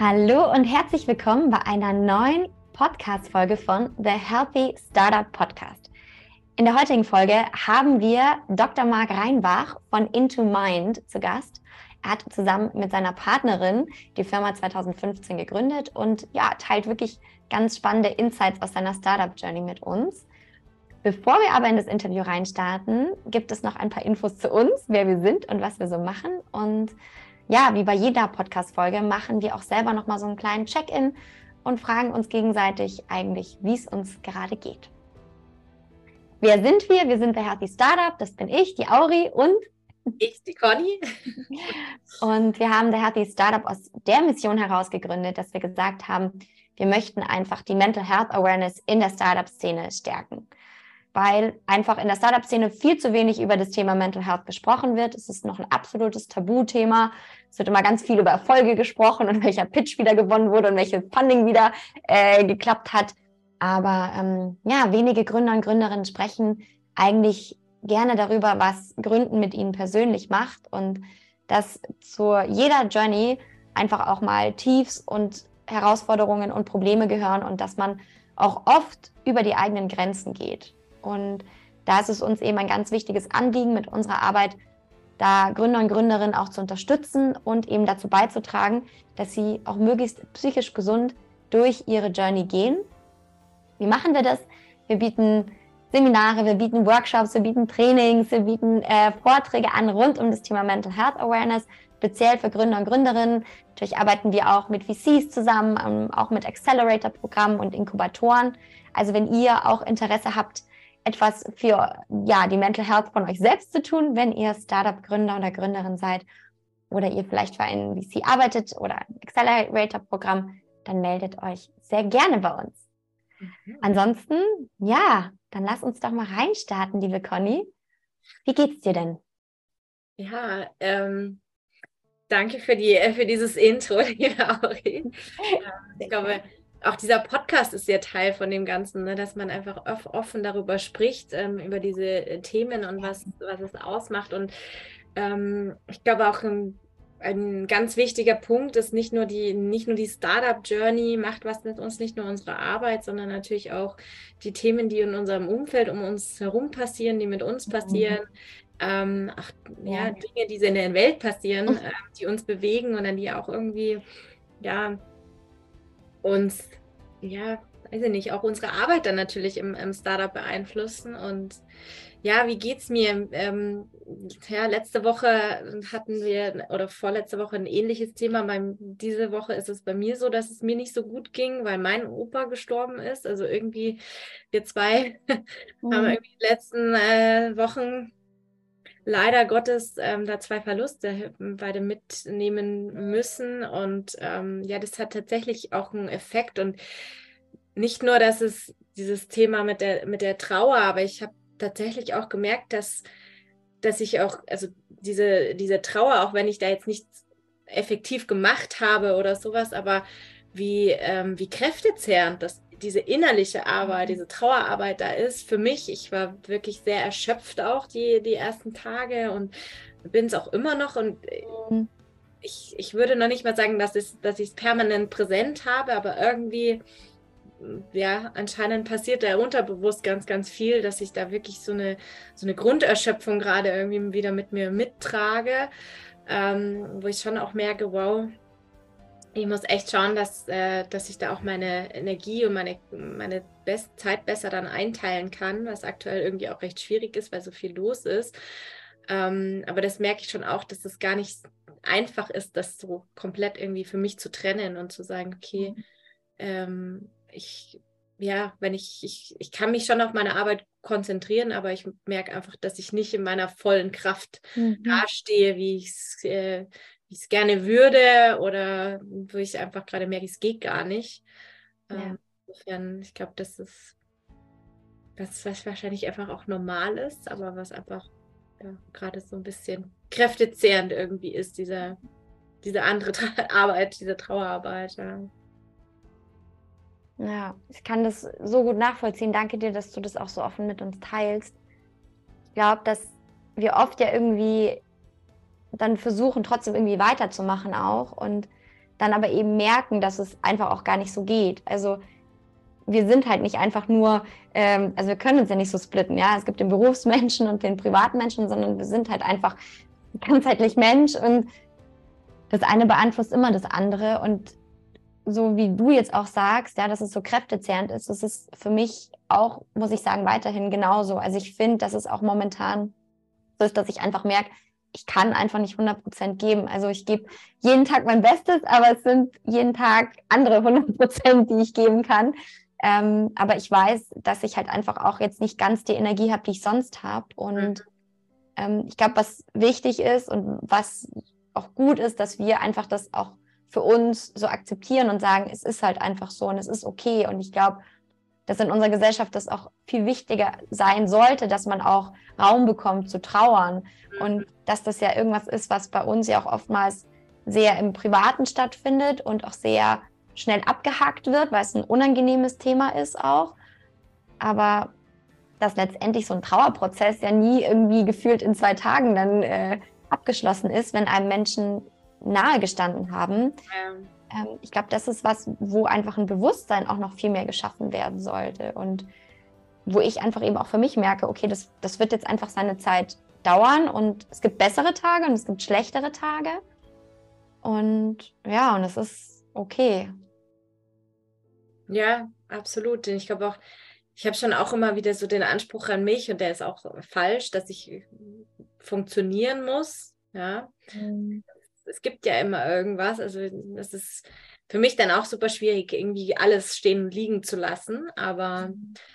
Hallo und herzlich willkommen bei einer neuen Podcast-Folge von The Healthy Startup Podcast. In der heutigen Folge haben wir Dr. Marc Reinbach von Into Mind zu Gast. Er hat zusammen mit seiner Partnerin die Firma 2015 gegründet und teilt wirklich ganz spannende Insights aus seiner Startup-Journey mit uns. Bevor wir aber in das Interview reinstarten, gibt es noch ein paar Infos zu uns, wer wir sind und was wir so machen. Und ja, wie bei jeder Podcast-Folge machen wir auch selber nochmal so einen kleinen Check-in und fragen uns gegenseitig eigentlich, wie es uns gerade geht. Wer sind wir? Wir sind The Healthy Startup, das bin ich, die Auri und ich, die Conny. Und wir haben The Healthy Startup aus der Mission heraus gegründet, dass wir gesagt haben, wir möchten einfach die Mental Health Awareness in der Startup-Szene stärken. Weil einfach in der Startup-Szene viel zu wenig über das Thema Mental Health gesprochen wird. Es ist noch ein absolutes Tabuthema. Es wird immer ganz viel über Erfolge gesprochen und welcher Pitch wieder gewonnen wurde und welches Funding wieder geklappt hat. Aber wenige Gründer und Gründerinnen sprechen eigentlich gerne darüber, was Gründen mit ihnen persönlich macht und dass zu jeder Journey einfach auch mal Tiefs und Herausforderungen und Probleme gehören und dass man auch oft über die eigenen Grenzen geht. Und da ist es uns eben ein ganz wichtiges Anliegen mit unserer Arbeit, da Gründer und Gründerinnen auch zu unterstützen und eben dazu beizutragen, dass sie auch möglichst psychisch gesund durch ihre Journey gehen. Wie machen wir das? Wir bieten Seminare, wir bieten Workshops, wir bieten Trainings, wir bieten Vorträge an rund um das Thema Mental Health Awareness, speziell für Gründer und Gründerinnen. Natürlich arbeiten wir auch mit VCs zusammen, auch mit Accelerator-Programmen und Inkubatoren. Also wenn ihr auch Interesse habt, etwas für die Mental Health von euch selbst zu tun, wenn ihr Startup-Gründer oder Gründerin seid oder ihr vielleicht für einen VC arbeitet oder ein Accelerator-Programm, dann meldet euch sehr gerne bei uns. Ansonsten, dann lass uns doch mal reinstarten, liebe Conny. Wie geht's dir denn? Ja, danke für dieses Intro, liebe Auri. Ich glaube, auch dieser Podcast ist ja Teil von dem Ganzen, ne? Dass man einfach offen darüber spricht, über diese Themen und was es ausmacht. Und ich glaube auch ein ganz wichtiger Punkt ist nicht nur die Startup-Journey macht was mit uns, nicht nur unsere Arbeit, sondern natürlich auch die Themen, die in unserem Umfeld um uns herum passieren, die mit uns passieren. Dinge, die in der Welt passieren, die uns bewegen und dann die auch irgendwie, uns, weiß ich nicht, auch unsere Arbeit dann natürlich im Startup beeinflussen. Und wie geht's mir? Letzte Woche hatten wir oder vorletzte Woche ein ähnliches Thema. Diese Woche ist es bei mir so, dass es mir nicht so gut ging, weil mein Opa gestorben ist. Also irgendwie wir zwei haben irgendwie die letzten Wochen leider Gottes da zwei Verluste beide mitnehmen müssen. Und das hat tatsächlich auch einen Effekt. Und nicht nur, dass es dieses Thema mit der Trauer, aber ich habe tatsächlich auch gemerkt, dass ich auch, also diese Trauer, auch wenn ich da jetzt nichts effektiv gemacht habe oder sowas, aber wie kräftezehrend diese innerliche Arbeit, diese Trauerarbeit da ist für mich. Ich war wirklich sehr erschöpft auch die ersten Tage und bin es auch immer noch. Und ich würde noch nicht mal sagen, dass ich es permanent präsent habe, aber irgendwie, anscheinend passiert da unterbewusst ganz, ganz viel, dass ich da wirklich so eine Grunderschöpfung gerade irgendwie wieder mit mir mittrage, wo ich schon auch merke, wow, ich muss echt schauen, dass ich da auch meine Energie und meine Zeit besser dann einteilen kann, was aktuell irgendwie auch recht schwierig ist, weil so viel los ist. Aber das merke ich schon auch, dass es gar nicht einfach ist, das so komplett irgendwie für mich zu trennen und zu sagen, okay, ich kann mich schon auf meine Arbeit konzentrieren, aber ich merke einfach, dass ich nicht in meiner vollen Kraft dastehe, wie ich es gerne würde oder wo ich einfach gerade merke, es geht gar nicht. Insofern, ich glaube, das ist was wahrscheinlich einfach auch normal ist, aber was einfach gerade so ein bisschen kräftezehrend irgendwie ist, diese andere Arbeit, diese Trauerarbeit. Ja, ich kann das so gut nachvollziehen. Danke dir, dass du das auch so offen mit uns teilst. Ich glaube, dass wir oft ja irgendwie dann versuchen, trotzdem irgendwie weiterzumachen auch und dann aber eben merken, dass es einfach auch gar nicht so geht. Also wir sind halt nicht einfach nur, also wir können uns ja nicht so splitten, ja, es gibt den Berufsmenschen und den Privatmenschen, sondern wir sind halt einfach ganzheitlich Mensch und das eine beeinflusst immer das andere und so wie du jetzt auch sagst, ja, dass es so kräftezehrend ist, das ist für mich auch, muss ich sagen, weiterhin genauso. Also ich finde, dass es auch momentan so ist, dass ich einfach merke, ich kann einfach nicht 100% geben. Also ich gebe jeden Tag mein Bestes, aber es sind jeden Tag andere 100%, die ich geben kann. Aber ich weiß, dass ich halt einfach auch jetzt nicht ganz die Energie habe, die ich sonst habe. Und ich glaube, was wichtig ist und was auch gut ist, dass wir einfach das auch für uns so akzeptieren und sagen, es ist halt einfach so und es ist okay. Und ich glaube, dass in unserer Gesellschaft das auch viel wichtiger sein sollte, dass man auch Raum bekommt zu trauern und dass das ja irgendwas ist, was bei uns ja auch oftmals sehr im Privaten stattfindet und auch sehr schnell abgehakt wird, weil es ein unangenehmes Thema ist auch. Aber dass letztendlich so ein Trauerprozess ja nie irgendwie gefühlt in 2 Tagen dann abgeschlossen ist, wenn einem Menschen nahe gestanden haben. Ich glaube, das ist was, wo einfach ein Bewusstsein auch noch viel mehr geschaffen werden sollte und wo ich einfach eben auch für mich merke, okay, das wird jetzt einfach seine Zeit dauern und es gibt bessere Tage und es gibt schlechtere Tage und ja, und es ist okay. Ja, absolut. Ich glaube auch, ich habe schon auch immer wieder so den Anspruch an mich und der ist auch falsch, dass ich funktionieren muss. Ja, es gibt ja immer irgendwas. Also das ist für mich dann auch super schwierig, irgendwie alles stehen und liegen zu lassen. Aber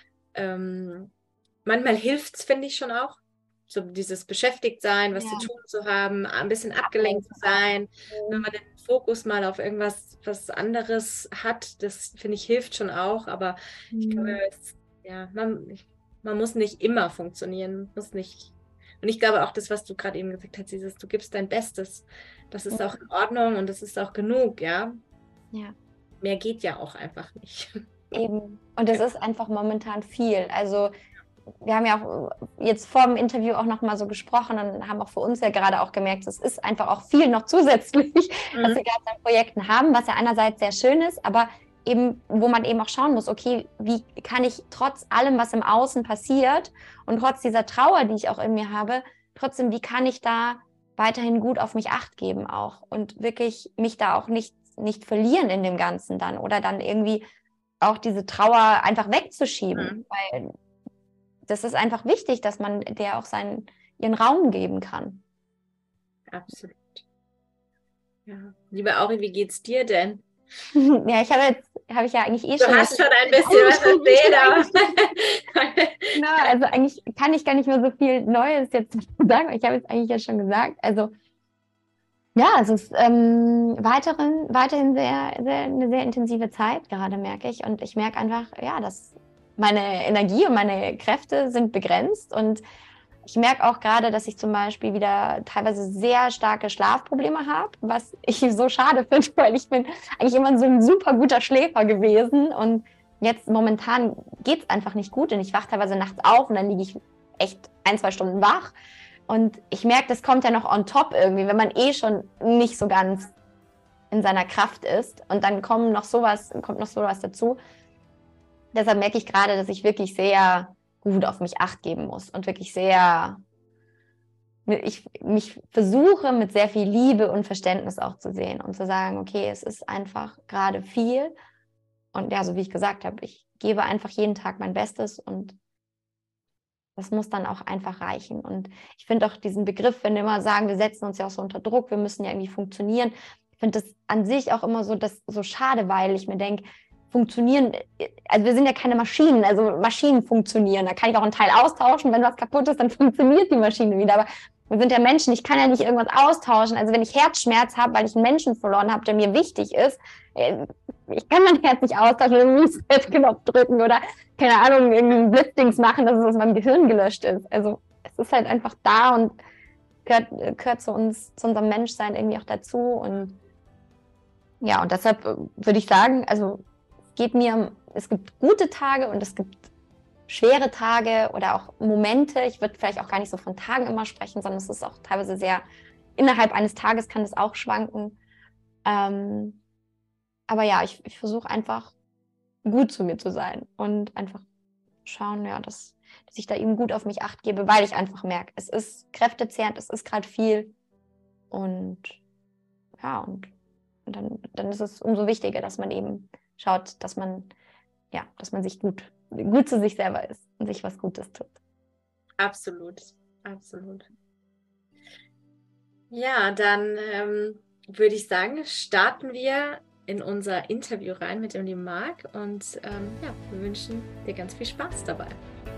manchmal hilft es, finde ich schon auch. So dieses Beschäftigtsein, was zu tun zu haben, ein bisschen abgelenkt zu sein. Wenn man den Fokus mal auf irgendwas was anderes hat, das finde ich hilft schon auch. Aber ich glaube, ja, man muss nicht immer funktionieren, muss nicht. Und ich glaube auch das, was du gerade eben gesagt hast, dieses, du gibst dein Bestes, das ist auch in Ordnung und das ist auch genug, ja. Ja. Mehr geht ja auch einfach nicht. Eben. Und es ist einfach momentan viel. Also wir haben ja auch jetzt vor dem Interview auch noch mal so gesprochen und haben auch für uns ja gerade auch gemerkt, es ist einfach auch viel noch zusätzlich, was wir gerade an Projekten haben, was ja einerseits sehr schön ist, aber eben, wo man eben auch schauen muss, okay, wie kann ich trotz allem, was im Außen passiert und trotz dieser Trauer, die ich auch in mir habe, trotzdem, wie kann ich da weiterhin gut auf mich Acht geben auch und wirklich mich da auch nicht verlieren in dem Ganzen dann oder dann irgendwie auch diese Trauer einfach wegzuschieben, weil das ist einfach wichtig, dass man der auch ihren Raum geben kann. Absolut. Ja. Liebe Auri, wie geht's dir denn? Ja, habe ich ja eigentlich Du hast schon ein bisschen was erzählt. Genau, also eigentlich kann ich gar nicht mehr so viel Neues jetzt sagen. Ich habe jetzt eigentlich ja schon gesagt. Also ja, es ist weiterhin eine sehr intensive Zeit gerade, merke ich. Und ich merke einfach, ja, dass meine Energie und meine Kräfte sind begrenzt. Und ich merke auch gerade, dass ich zum Beispiel wieder teilweise sehr starke Schlafprobleme habe, was ich so schade finde, weil ich bin eigentlich immer so ein super guter Schläfer gewesen. Und jetzt momentan geht es einfach nicht gut. Und ich wache teilweise nachts auf und dann liege ich echt 1-2 Stunden wach. Und ich merke, das kommt ja noch on top irgendwie, wenn man eh schon nicht so ganz in seiner Kraft ist. Und dann kommt noch sowas dazu. Deshalb merke ich gerade, dass ich wirklich sehr gut auf mich Acht geben muss und wirklich mich versuche mit sehr viel Liebe und Verständnis auch zu sehen und zu sagen, okay, es ist einfach gerade viel. Und ja, so wie ich gesagt habe, ich gebe einfach jeden Tag mein Bestes und das muss dann auch einfach reichen. Und ich finde auch diesen Begriff, wenn wir immer sagen, wir setzen uns ja auch so unter Druck, wir müssen ja irgendwie funktionieren. Ich finde das an sich auch immer so schade, weil ich mir denke, funktionieren, also wir sind ja keine Maschinen, also Maschinen funktionieren. Da kann ich auch einen Teil austauschen, wenn was kaputt ist, dann funktioniert die Maschine wieder. Aber wir sind ja Menschen, ich kann ja nicht irgendwas austauschen. Also wenn ich Herzschmerz habe, weil ich einen Menschen verloren habe, der mir wichtig ist, ich kann mein Herz nicht austauschen, irgendwie einen Reset-Knopf drücken oder, keine Ahnung, irgendwie Blitzdings machen, dass es aus meinem Gehirn gelöscht ist. Also es ist halt einfach da und gehört zu unserem Menschsein irgendwie auch dazu. Und ja, und deshalb würde ich sagen, also es gibt gute Tage und es gibt schwere Tage oder auch Momente. Ich würde vielleicht auch gar nicht so von Tagen immer sprechen, sondern es ist auch teilweise innerhalb eines Tages kann es auch schwanken. aber ja, ich versuche einfach gut zu mir zu sein und einfach schauen, ja, dass ich da eben gut auf mich Acht gebe, weil ich einfach merke, es ist kräftezehrend, es ist gerade viel und ja, und dann ist es umso wichtiger, dass man eben schaut, dass man sich gut zu sich selber ist und sich was Gutes tut. Absolut, absolut. Ja, dann würde ich sagen, starten wir in unser Interview rein mit dem lieben Marc und ja, wir wünschen dir ganz viel Spaß dabei.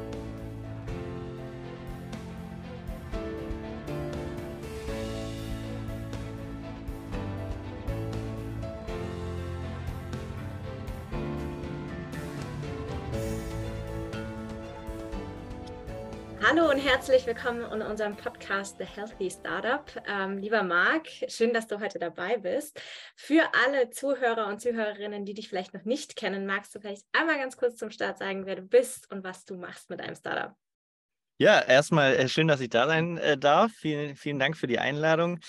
Hallo und herzlich willkommen in unserem Podcast The Healthy Startup. Lieber Marc, schön, dass du heute dabei bist. Für alle Zuhörer und Zuhörerinnen, die dich vielleicht noch nicht kennen, magst du vielleicht einmal ganz kurz zum Start sagen, wer du bist und was du machst mit einem Startup? Ja, erstmal schön, dass ich da sein darf. Vielen, vielen Dank für die Einladung.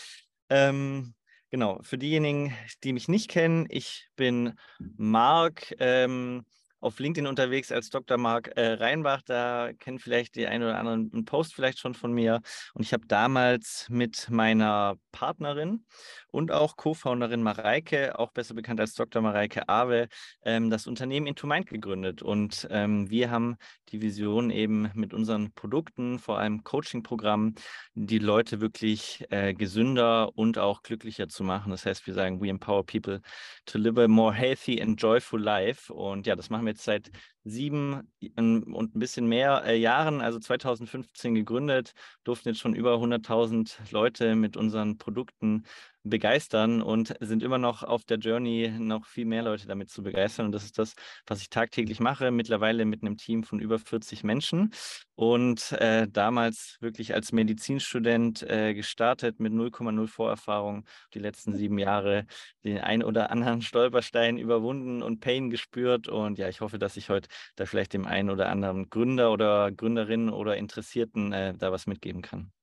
Genau, für diejenigen, die mich nicht kennen, ich bin Marc, auf LinkedIn unterwegs als Dr. Marc Reinbach. Da kennen vielleicht die einen oder anderen einen Post vielleicht schon von mir. Und ich habe damals mit meiner Partnerin und auch Co-Founderin Mareike, auch besser bekannt als Dr. Mareike Awe, das Unternehmen Into Mind gegründet. Und wir haben die Vision eben mit unseren Produkten, vor allem Coaching-Programmen, die Leute wirklich gesünder und auch glücklicher zu machen. Das heißt, wir sagen, we empower people to live a more healthy and joyful life. Und ja, das machen wir jetzt seit 7 und ein bisschen mehr Jahren, also 2015 gegründet, durften jetzt schon über 100.000 Leute mit unseren Produkten begeistern und sind immer noch auf der Journey, noch viel mehr Leute damit zu begeistern. Und das ist das, was ich tagtäglich mache, mittlerweile mit einem Team von über 40 Menschen. Und damals wirklich als Medizinstudent gestartet mit 0,0 Vorerfahrung, die letzten 7 Jahre den ein oder anderen Stolperstein überwunden und Pain gespürt. Und ja, ich hoffe, dass ich heute da vielleicht dem einen oder anderen Gründer oder Gründerin oder Interessierten da was mitgeben kann.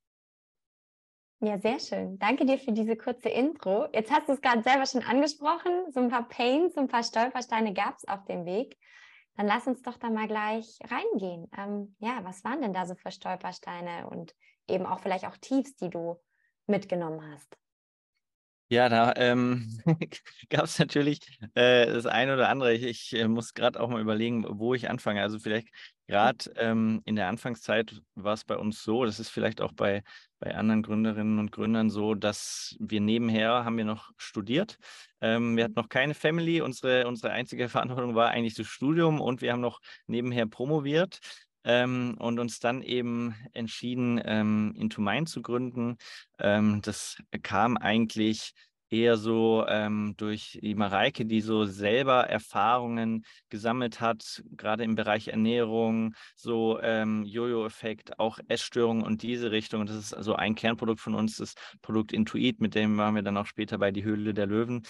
Ja, sehr schön. Danke dir für diese kurze Intro. Jetzt hast du es gerade selber schon angesprochen. So ein paar Pains, so ein paar Stolpersteine gab es auf dem Weg. Dann lass uns doch da mal gleich reingehen. Ja, was waren denn da so für Stolpersteine und eben auch vielleicht auch Tiefs, die du mitgenommen hast? Ja, da gab es natürlich das eine oder andere. Ich muss gerade auch mal überlegen, wo ich anfange. Also vielleicht gerade in der Anfangszeit war es bei uns so, das ist vielleicht auch bei anderen Gründerinnen und Gründern so, dass wir nebenher haben wir noch studiert. Wir hatten noch keine Family. Unsere einzige Verantwortung war eigentlich das Studium und wir haben noch nebenher promoviert. Und uns dann eben entschieden, Into Mind zu gründen. Das kam eigentlich eher so durch die Mareike, die so selber Erfahrungen gesammelt hat, gerade im Bereich Ernährung, so Jojo-Effekt, auch Essstörungen und diese Richtung. Und das ist also ein Kernprodukt von uns, das Produkt Intuit, mit dem waren wir dann auch später bei Die Höhle der Löwen.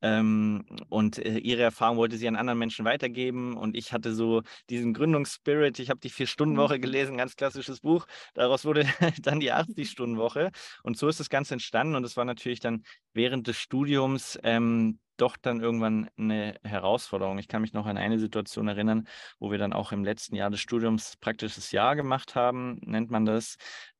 Und ihre Erfahrung wollte sie an anderen Menschen weitergeben und ich hatte so diesen Gründungsspirit. Ich habe die 4-Stunden-Woche gelesen, ganz klassisches Buch. Daraus wurde dann die 80-Stunden-Woche und so ist das Ganze entstanden und es war natürlich dann während des Studiums doch dann irgendwann eine Herausforderung. Ich kann mich noch an eine Situation erinnern, wo wir dann auch im letzten Jahr des Studiums praktisches Jahr gemacht haben, nennt man das.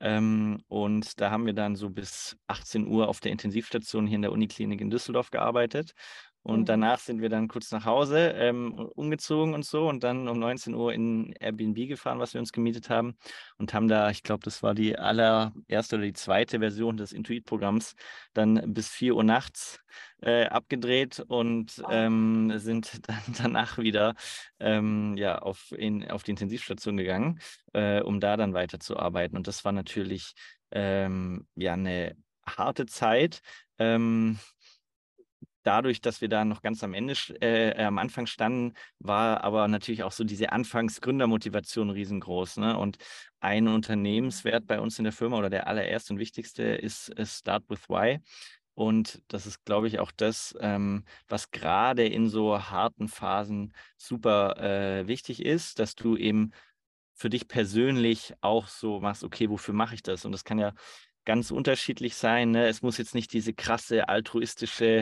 Und da haben wir dann so bis 18 Uhr auf der Intensivstation hier in der Uniklinik in Düsseldorf gearbeitet. Und danach sind wir dann kurz nach Hause umgezogen und so und dann um 19 Uhr in Airbnb gefahren, was wir uns gemietet haben und haben da, ich glaube, das war die allererste oder die zweite Version des Intuit-Programms, dann bis 4 Uhr nachts abgedreht und sind dann danach wieder ja, auf die Intensivstation gegangen, um da dann weiterzuarbeiten. Und das war natürlich ja eine harte Zeit. Dadurch, dass wir da noch ganz am Anfang standen, war aber natürlich auch so diese Anfangsgründermotivation riesengroß. Ne? Und ein Unternehmenswert bei uns in der Firma oder der allererste und wichtigste ist Start with Why. Und das ist, glaube ich, auch das, was gerade in so harten Phasen super wichtig ist, dass du eben für dich persönlich auch so machst, okay, wofür mache ich das? Und das kann ja ganz unterschiedlich sein. Ne? Es muss jetzt nicht dieses krasse altruistische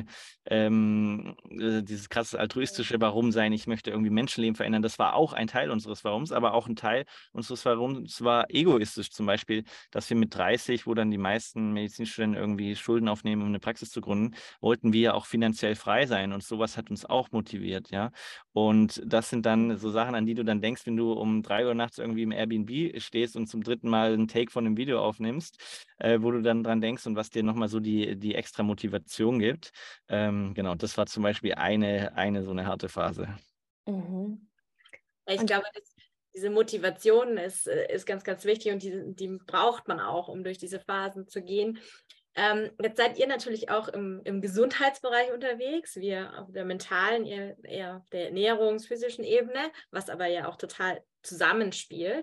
Warum sein, ich möchte irgendwie Menschenleben verändern. Das war auch ein Teil unseres Warums, aber auch ein Teil unseres Warums war egoistisch. Zum Beispiel, dass wir mit 30, wo dann die meisten Medizinstudenten irgendwie Schulden aufnehmen, um eine Praxis zu gründen, wollten wir auch finanziell frei sein, und sowas hat uns auch motiviert, ja. Und das sind dann so Sachen, an die du dann denkst, wenn du um 3 Uhr nachts irgendwie im Airbnb stehst und zum dritten Mal einen Take von einem Video aufnimmst, wo du dann dran denkst und was dir nochmal so die extra Motivation gibt. Genau, das war zum Beispiel eine so eine harte Phase. Mhm. Ich glaube, diese Motivation ist ganz, ganz wichtig, und die braucht man auch, um durch diese Phasen zu gehen. Jetzt seid ihr natürlich auch im Gesundheitsbereich unterwegs, wir auf der mentalen, eher der ernährungsphysischen Ebene, was aber ja auch total zusammenspielt.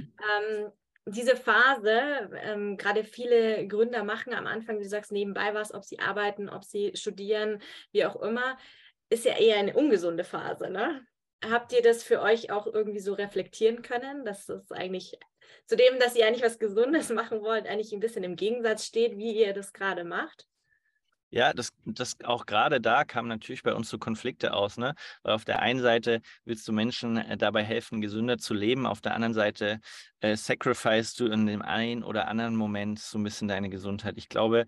Diese Phase, gerade viele Gründer machen am Anfang, wie du sagst, nebenbei was, ob sie arbeiten, ob sie studieren, wie auch immer, ist ja eher eine ungesunde Phase, ne? Habt ihr das für euch auch irgendwie so reflektieren können, dass es eigentlich zu dem, dass ihr eigentlich was Gesundes machen wollt, eigentlich ein bisschen im Gegensatz steht, wie ihr das gerade macht? Ja, das auch gerade da kamen natürlich bei uns so Konflikte aus, ne? Weil auf der einen Seite willst du Menschen dabei helfen, gesünder zu leben, auf der anderen Seite sacrificest du in dem einen oder anderen Moment so ein bisschen deine Gesundheit. Ich glaube,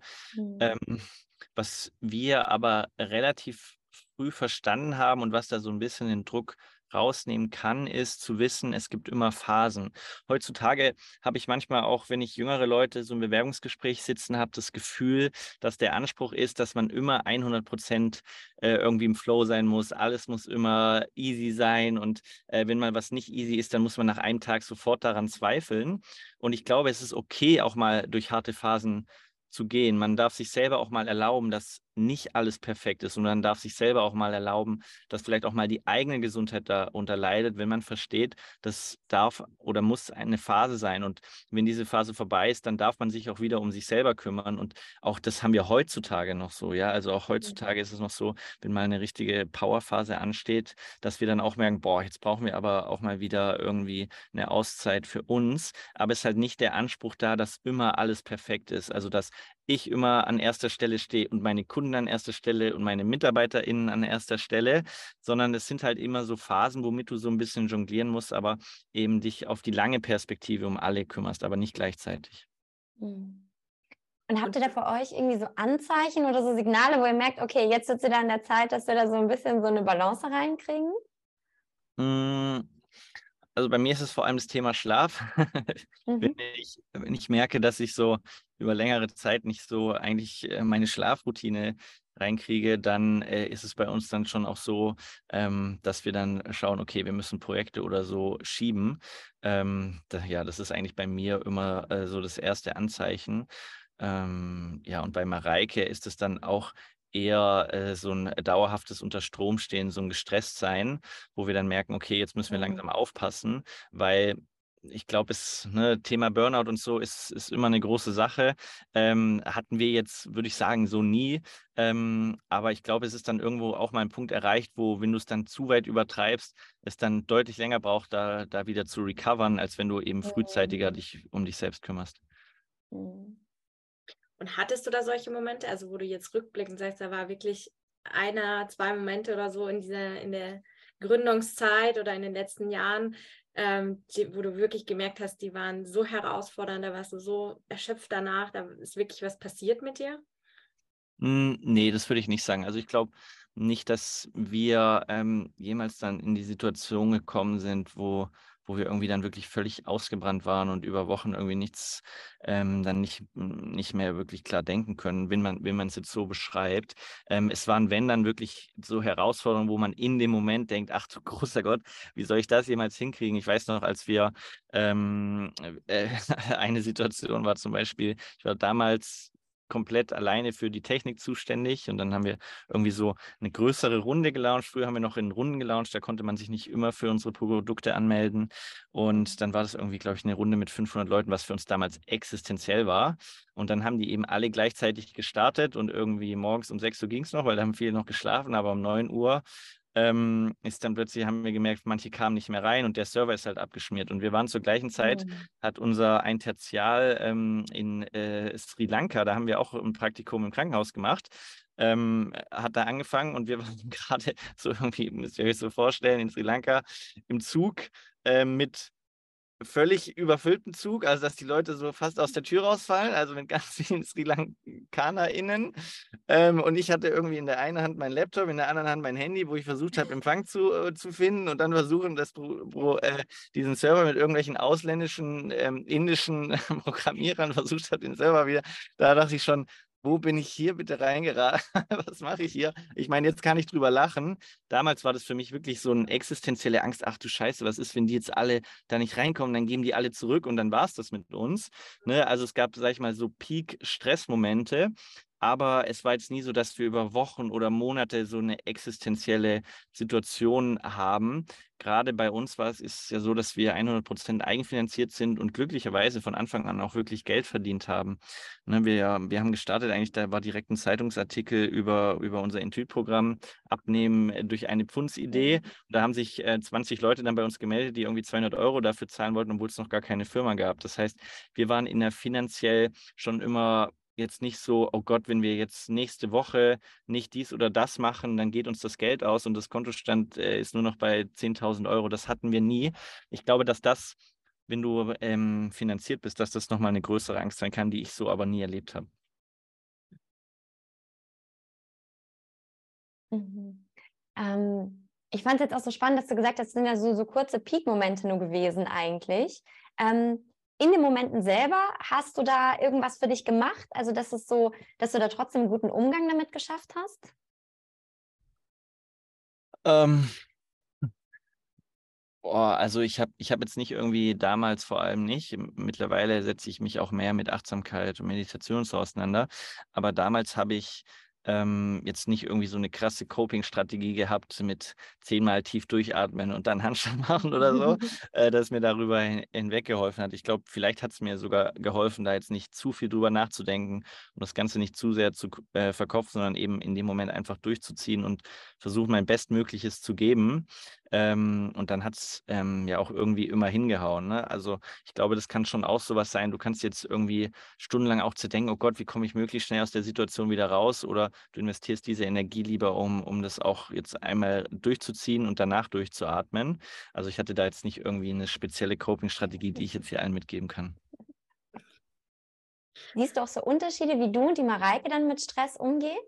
was wir aber relativ früh verstanden haben und was da so ein bisschen den Druck rausnehmen kann, ist zu wissen, es gibt immer Phasen. Heutzutage habe ich manchmal auch, wenn ich jüngere Leute so im Bewerbungsgespräch sitzen habe, das Gefühl, dass der Anspruch ist, dass man immer 100% irgendwie im Flow sein muss. Alles muss immer easy sein, und wenn mal was nicht easy ist, dann muss man nach einem Tag sofort daran zweifeln. Und ich glaube, es ist okay, auch mal durch harte Phasen zu gehen. Man darf sich selber auch mal erlauben, dass nicht alles perfekt ist, und man darf sich selber auch mal erlauben, dass vielleicht auch mal die eigene Gesundheit darunter leidet, wenn man versteht, das darf oder muss eine Phase sein, und wenn diese Phase vorbei ist, dann darf man sich auch wieder um sich selber kümmern, und auch das haben wir heutzutage noch so, ja, also auch heutzutage ist es noch so, wenn mal eine richtige Powerphase ansteht, dass wir dann auch merken, boah, jetzt brauchen wir aber auch mal wieder irgendwie eine Auszeit für uns, aber es ist halt nicht der Anspruch da, dass immer alles perfekt ist, also dass ich immer an erster Stelle stehe und meine Kunden an erster Stelle und meine MitarbeiterInnen an erster Stelle, sondern es sind halt immer so Phasen, womit du so ein bisschen jonglieren musst, aber eben dich auf die lange Perspektive um alle kümmerst, aber nicht gleichzeitig. Und habt ihr da für euch irgendwie so Anzeichen oder so Signale, wo ihr merkt, okay, jetzt sitzt ihr da in der Zeit, dass wir da so ein bisschen so eine Balance reinkriegen? Also bei mir ist es vor allem das Thema Schlaf. Wenn ich merke, dass ich so über längere Zeit nicht so eigentlich meine Schlafroutine reinkriege, dann ist es bei uns dann schon auch so, dass wir dann schauen, okay, wir müssen Projekte oder so schieben. Ja, das ist eigentlich bei mir immer so das erste Anzeichen. Ja, und bei Mareike ist es dann auch eher so ein dauerhaftes Unterstromstehen, so ein Gestresstsein, wo wir dann merken, okay, jetzt müssen wir langsam aufpassen, weil ich glaube, Thema Burnout und so ist immer eine große Sache. Hatten wir jetzt, würde ich sagen, so nie. Aber ich glaube, es ist dann irgendwo auch mal ein Punkt erreicht, wo, wenn du es dann zu weit übertreibst, es dann deutlich länger braucht, da wieder zu recovern, als wenn du eben frühzeitiger dich um dich selbst kümmerst. Und hattest du da solche Momente, also wo du jetzt rückblickend sagst, da war wirklich 1, 2 Momente oder so in der Gründungszeit oder in den letzten Jahren, wo du wirklich gemerkt hast, die waren so herausfordernd, da warst du so erschöpft danach, da ist wirklich was passiert mit dir? Nee, das würde ich nicht sagen. Also ich glaube nicht, dass wir jemals dann in die Situation gekommen sind, wo wir irgendwie dann wirklich völlig ausgebrannt waren und über Wochen irgendwie nichts dann nicht mehr wirklich klar denken können, wenn man es jetzt so beschreibt. Es waren, wenn dann wirklich so Herausforderungen, wo man in dem Moment denkt, ach du großer Gott, wie soll ich das jemals hinkriegen? Ich weiß noch, als wir eine Situation war zum Beispiel, ich war damals komplett alleine für die Technik zuständig, und dann haben wir irgendwie so eine größere Runde gelauncht. Früher haben wir noch in Runden gelauncht, da konnte man sich nicht immer für unsere Produkte anmelden, und dann war das irgendwie, glaube ich, eine Runde mit 500 Leuten, was für uns damals existenziell war, und dann haben die eben alle gleichzeitig gestartet, und irgendwie morgens um 6 Uhr ging es noch, weil da haben viele noch geschlafen, aber um 9 Uhr ist dann plötzlich, haben wir gemerkt, manche kamen nicht mehr rein und der Server ist halt abgeschmiert. Und wir waren zur gleichen Zeit, hat unser ein Tertial in Sri Lanka, da haben wir auch ein Praktikum im Krankenhaus gemacht, hat da angefangen und wir waren gerade so irgendwie, müsst ihr euch so vorstellen, in Sri Lanka im Zug mit völlig überfüllten Zug, also dass die Leute so fast aus der Tür rausfallen, also mit ganz vielen Sri LankanerInnen. Und ich hatte irgendwie in der einen Hand meinen Laptop, in der anderen Hand mein Handy, wo ich versucht habe, Empfang zu finden und dann versuchen, diesen Server mit irgendwelchen ausländischen, indischen Programmierern versucht habe, den Server wieder. Da dachte ich schon, wo bin ich hier bitte reingeraten? Was mache ich hier? Ich meine, jetzt kann ich drüber lachen. Damals war das für mich wirklich so eine existenzielle Angst. Ach du Scheiße, was ist, wenn die jetzt alle da nicht reinkommen? Dann geben die alle zurück und dann war es das mit uns. Ne? Also es gab, sag ich mal, so Peak-Stressmomente. Aber es war jetzt nie so, dass wir über Wochen oder Monate so eine existenzielle Situation haben. Gerade bei uns ist ja so, dass wir 100% eigenfinanziert sind und glücklicherweise von Anfang an auch wirklich Geld verdient haben. Ne, wir haben gestartet, eigentlich, da war direkt ein Zeitungsartikel über unser Intuit-Programm Abnehmen durch eine Pfundsidee. Da haben sich 20 Leute dann bei uns gemeldet, die irgendwie 200 € dafür zahlen wollten, obwohl es noch gar keine Firma gab. Das heißt, wir waren in der finanziell schon immer jetzt nicht so, oh Gott, wenn wir jetzt nächste Woche nicht dies oder das machen, dann geht uns das Geld aus und das Kontostand ist nur noch bei 10.000 €. Das hatten wir nie. Ich glaube, dass das, wenn du finanziert bist, dass das nochmal eine größere Angst sein kann, die ich so aber nie erlebt habe. Ich fand es jetzt auch so spannend, dass du gesagt hast, es sind ja so kurze Peak-Momente nur gewesen eigentlich. In den Momenten selber, hast du da irgendwas für dich gemacht? Also, dass du da trotzdem einen guten Umgang damit geschafft hast? Also ich hab jetzt nicht irgendwie damals vor allem nicht. Mittlerweile setze ich mich auch mehr mit Achtsamkeit und Meditation so auseinander. Aber damals habe ich jetzt nicht irgendwie so eine krasse Coping-Strategie gehabt mit 10-mal tief durchatmen und dann Handstand machen oder so, das mir darüber hinweg geholfen hat. Ich glaube, vielleicht hat es mir sogar geholfen, da jetzt nicht zu viel drüber nachzudenken und das Ganze nicht zu sehr zu verkopfen, sondern eben in dem Moment einfach durchzuziehen und versuchen, mein Bestmögliches zu geben. Und dann hat es ja auch irgendwie immer hingehauen. Ne? Also ich glaube, das kann schon auch sowas sein. Du kannst jetzt irgendwie stundenlang auch zu denken, oh Gott, wie komme ich möglichst schnell aus der Situation wieder raus? Oder du investierst diese Energie lieber, um das auch jetzt einmal durchzuziehen und danach durchzuatmen. Also ich hatte da jetzt nicht irgendwie eine spezielle Coping-Strategie, die ich jetzt hier allen mitgeben kann. Siehst du auch so Unterschiede, wie du und die Mareike dann mit Stress umgeht?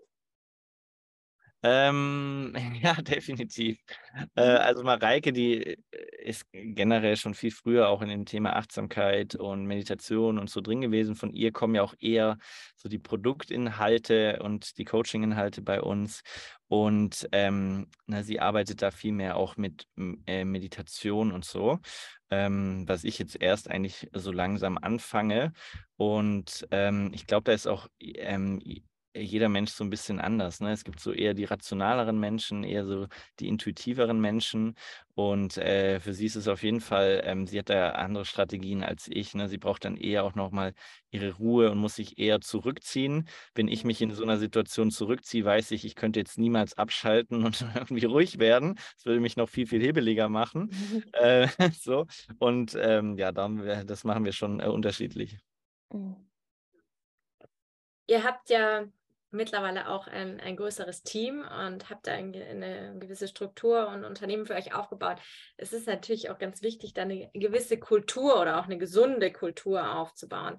Ja, definitiv. Also Mareike, die ist generell schon viel früher auch in dem Thema Achtsamkeit und Meditation und so drin gewesen. Von ihr kommen ja auch eher so die Produktinhalte und die Coaching-Inhalte bei uns. Und sie arbeitet da viel mehr auch mit Meditation und so, was ich jetzt erst eigentlich so langsam anfange. Und ich glaube, da ist auch jeder Mensch so ein bisschen anders. Ne? Es gibt so eher die rationaleren Menschen, eher so die intuitiveren Menschen. Und für sie ist es auf jeden Fall, sie hat da andere Strategien als ich. Ne? Sie braucht dann eher auch nochmal ihre Ruhe und muss sich eher zurückziehen. Wenn ich mich in so einer Situation zurückziehe, weiß ich, ich könnte jetzt niemals abschalten und irgendwie ruhig werden. Das würde mich noch viel, viel hebeliger machen. So. Und ja, das machen wir schon unterschiedlich. Ihr habt ja mittlerweile auch ein größeres Team und habt da eine gewisse Struktur und Unternehmen für euch aufgebaut. Es ist natürlich auch ganz wichtig, da eine gewisse Kultur oder auch eine gesunde Kultur aufzubauen.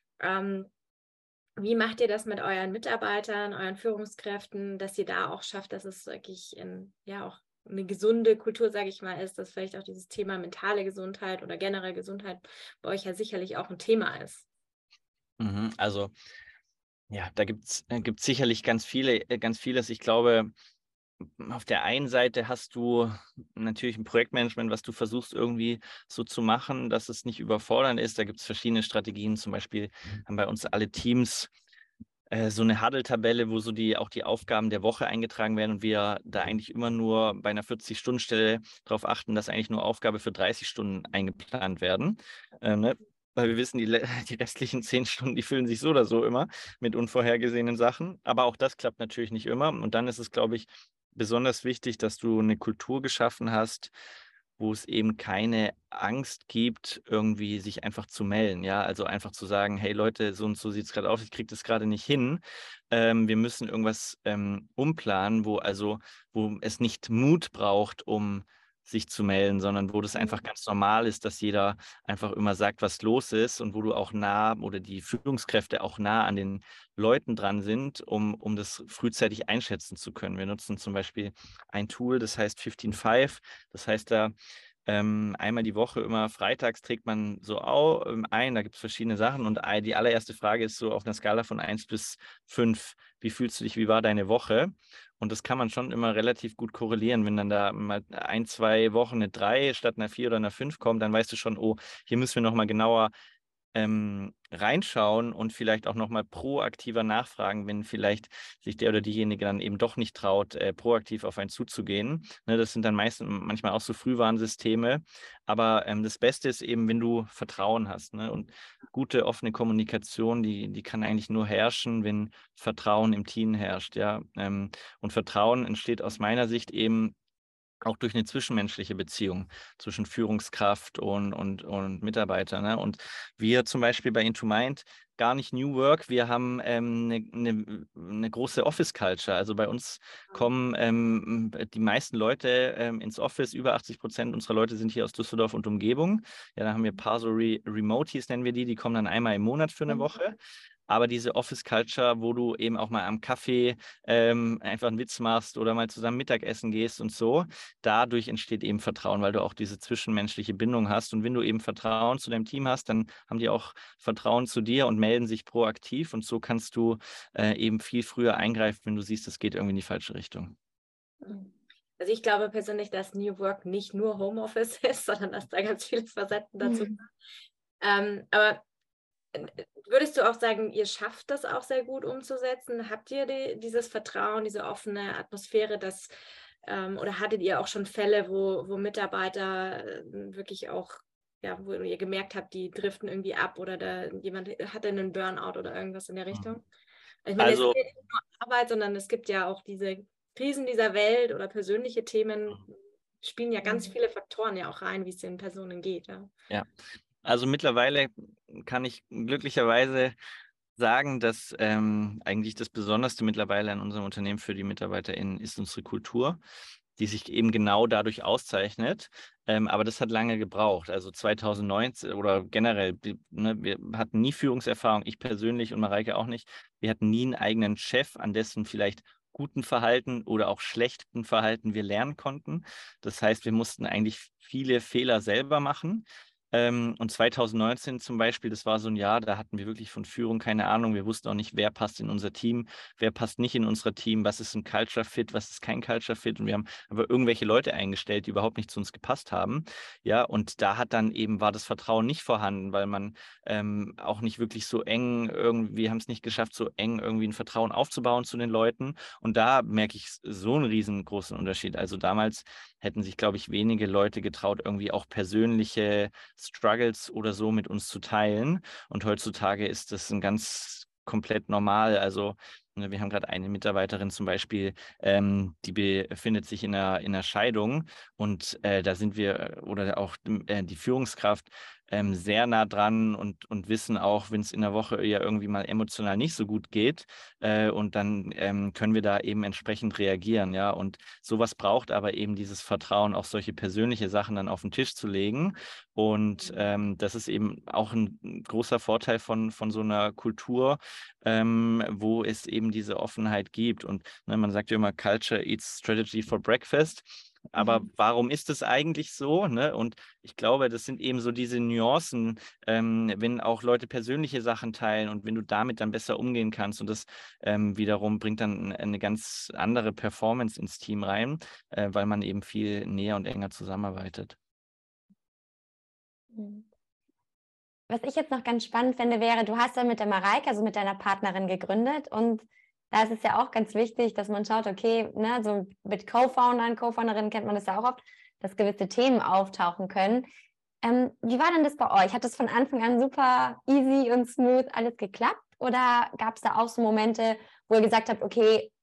Wie macht ihr das mit euren Mitarbeitern, euren Führungskräften, dass ihr da auch schafft, dass es wirklich auch eine gesunde Kultur, sage ich mal, ist, dass vielleicht auch dieses Thema mentale Gesundheit oder generell Gesundheit bei euch ja sicherlich auch ein Thema ist? Also ja, da gibt's sicherlich ganz vieles. Ich glaube, auf der einen Seite hast du natürlich ein Projektmanagement, was du versuchst irgendwie so zu machen, dass es nicht überfordernd ist. Da gibt es verschiedene Strategien. Zum Beispiel haben bei uns alle Teams so eine Huddle-Tabelle, wo so auch die Aufgaben der Woche eingetragen werden und wir da eigentlich immer nur bei einer 40-Stunden-Stelle darauf achten, dass eigentlich nur Aufgabe für 30 Stunden eingeplant werden. Ne? Weil wir wissen, die restlichen 10 Stunden, die füllen sich so oder so immer mit unvorhergesehenen Sachen. Aber auch das klappt natürlich nicht immer. Und dann ist es, glaube ich, besonders wichtig, dass du eine Kultur geschaffen hast, wo es eben keine Angst gibt, irgendwie sich einfach zu melden. Ja, also einfach zu sagen, hey Leute, so und so sieht es gerade aus, ich kriege das gerade nicht hin. Wir müssen irgendwas umplanen, wo es nicht Mut braucht, um sich zu melden, sondern wo das einfach ganz normal ist, dass jeder einfach immer sagt, was los ist und wo du auch nah oder die Führungskräfte auch nah an den Leuten dran sind, um das frühzeitig einschätzen zu können. Wir nutzen zum Beispiel ein Tool, das heißt 15.5. Das heißt, da einmal die Woche, immer freitags trägt man so ein, da gibt es verschiedene Sachen und die allererste Frage ist so auf einer Skala von 1 bis 5, wie fühlst du dich, wie war deine Woche? Und das kann man schon immer relativ gut korrelieren. Wenn dann da mal 1, 2 Wochen eine 3 statt einer 4 oder einer 5 kommt, dann weißt du schon, oh, hier müssen wir nochmal genauer reinschauen und vielleicht auch nochmal proaktiver nachfragen, wenn vielleicht sich der oder diejenige dann eben doch nicht traut, proaktiv auf einen zuzugehen. Ne, das sind dann manchmal auch so Frühwarnsysteme, aber das Beste ist eben, wenn du Vertrauen hast, ne? Und gute, offene Kommunikation, die kann eigentlich nur herrschen, wenn Vertrauen im Team herrscht, ja. Und Vertrauen entsteht aus meiner Sicht eben auch durch eine zwischenmenschliche Beziehung zwischen Führungskraft und Mitarbeiter. Ne? Und wir zum Beispiel bei Into Mind gar nicht New Work, wir haben eine große Office-Culture. Also bei uns kommen die meisten Leute ins Office, über 80% unserer Leute sind hier aus Düsseldorf und Umgebung. Ja, da haben wir ein paar so Remotees, nennen wir die kommen dann einmal im Monat für eine Woche. Aber diese Office-Culture, wo du eben auch mal am Kaffee einfach einen Witz machst oder mal zusammen Mittagessen gehst und so, dadurch entsteht eben Vertrauen, weil du auch diese zwischenmenschliche Bindung hast. Und wenn du eben Vertrauen zu deinem Team hast, dann haben die auch Vertrauen zu dir und melden sich proaktiv. Und so kannst du eben viel früher eingreifen, wenn du siehst, es geht irgendwie in die falsche Richtung. Also ich glaube persönlich, dass New Work nicht nur Homeoffice ist, sondern dass da ganz viele Facetten dazu sind. Aber würdest du auch sagen, ihr schafft das auch sehr gut umzusetzen? Habt ihr dieses Vertrauen, diese offene Atmosphäre, oder hattet ihr auch schon Fälle, wo Mitarbeiter wirklich auch, ja, wo ihr gemerkt habt, die driften irgendwie ab oder jemand hatte einen Burnout oder irgendwas in der Richtung? Ich meine, es ist ja nicht nur Arbeit, sondern es gibt ja auch diese Krisen dieser Welt oder persönliche Themen, spielen ja ganz viele Faktoren ja auch rein, wie es den Personen geht. Ja. Also mittlerweile kann ich glücklicherweise sagen, dass eigentlich das Besonderste mittlerweile an unserem Unternehmen für die MitarbeiterInnen ist unsere Kultur, die sich eben genau dadurch auszeichnet. Aber das hat lange gebraucht. Also 2019 oder generell, ne, wir hatten nie Führungserfahrung, ich persönlich und Mareike auch nicht. Wir hatten nie einen eigenen Chef, an dessen vielleicht guten Verhalten oder auch schlechten Verhalten wir lernen konnten. Das heißt, wir mussten eigentlich viele Fehler selber machen. Und 2019 zum Beispiel, das war so ein Jahr, da hatten wir wirklich von Führung keine Ahnung. Wir wussten auch nicht, wer passt in unser Team, wer passt nicht in unser Team, was ist ein Culture Fit, was ist kein Culture Fit. Und wir haben aber irgendwelche Leute eingestellt, die überhaupt nicht zu uns gepasst haben. Ja, und da war das Vertrauen nicht vorhanden, weil man auch nicht wirklich so eng wir haben es nicht geschafft, so eng irgendwie ein Vertrauen aufzubauen zu den Leuten. Und da merke ich so einen riesengroßen Unterschied. Also damals hätten sich, glaube ich, wenige Leute getraut, irgendwie auch persönliche Struggles oder so mit uns zu teilen. Und heutzutage ist das ein ganz komplett normal. Also wir haben gerade eine Mitarbeiterin zum Beispiel, die befindet sich in einer Scheidung und da sind wir oder auch die Führungskraft sehr nah dran und wissen auch, wenn es in der Woche ja irgendwie mal emotional nicht so gut geht und dann können wir da eben entsprechend reagieren, ja. Und sowas braucht aber eben dieses Vertrauen, auch solche persönliche Sachen dann auf den Tisch zu legen. Und das ist eben auch ein großer Vorteil von so einer Kultur, wo es eben diese Offenheit gibt. Und ne, man sagt ja immer, Culture eats Strategy for Breakfast. Aber warum ist es eigentlich so? Ne? Und ich glaube, das sind eben so diese Nuancen, wenn auch Leute persönliche Sachen teilen und wenn du damit dann besser umgehen kannst. Und das wiederum bringt dann eine ganz andere Performance ins Team rein, weil man eben viel näher und enger zusammenarbeitet. Was ich jetzt noch ganz spannend finde, wäre, du hast ja mit der Mareike, also mit deiner Partnerin, gegründet und da ist es ja auch ganz wichtig, dass man schaut, okay, ne, so mit Co-Foundern, Co-Founderinnen kennt man das ja auch oft, dass gewisse Themen auftauchen können. Wie war denn das bei euch? Hat das von Anfang an super easy und smooth alles geklappt? Oder gab es da auch so Momente, wo ihr gesagt habt, okay,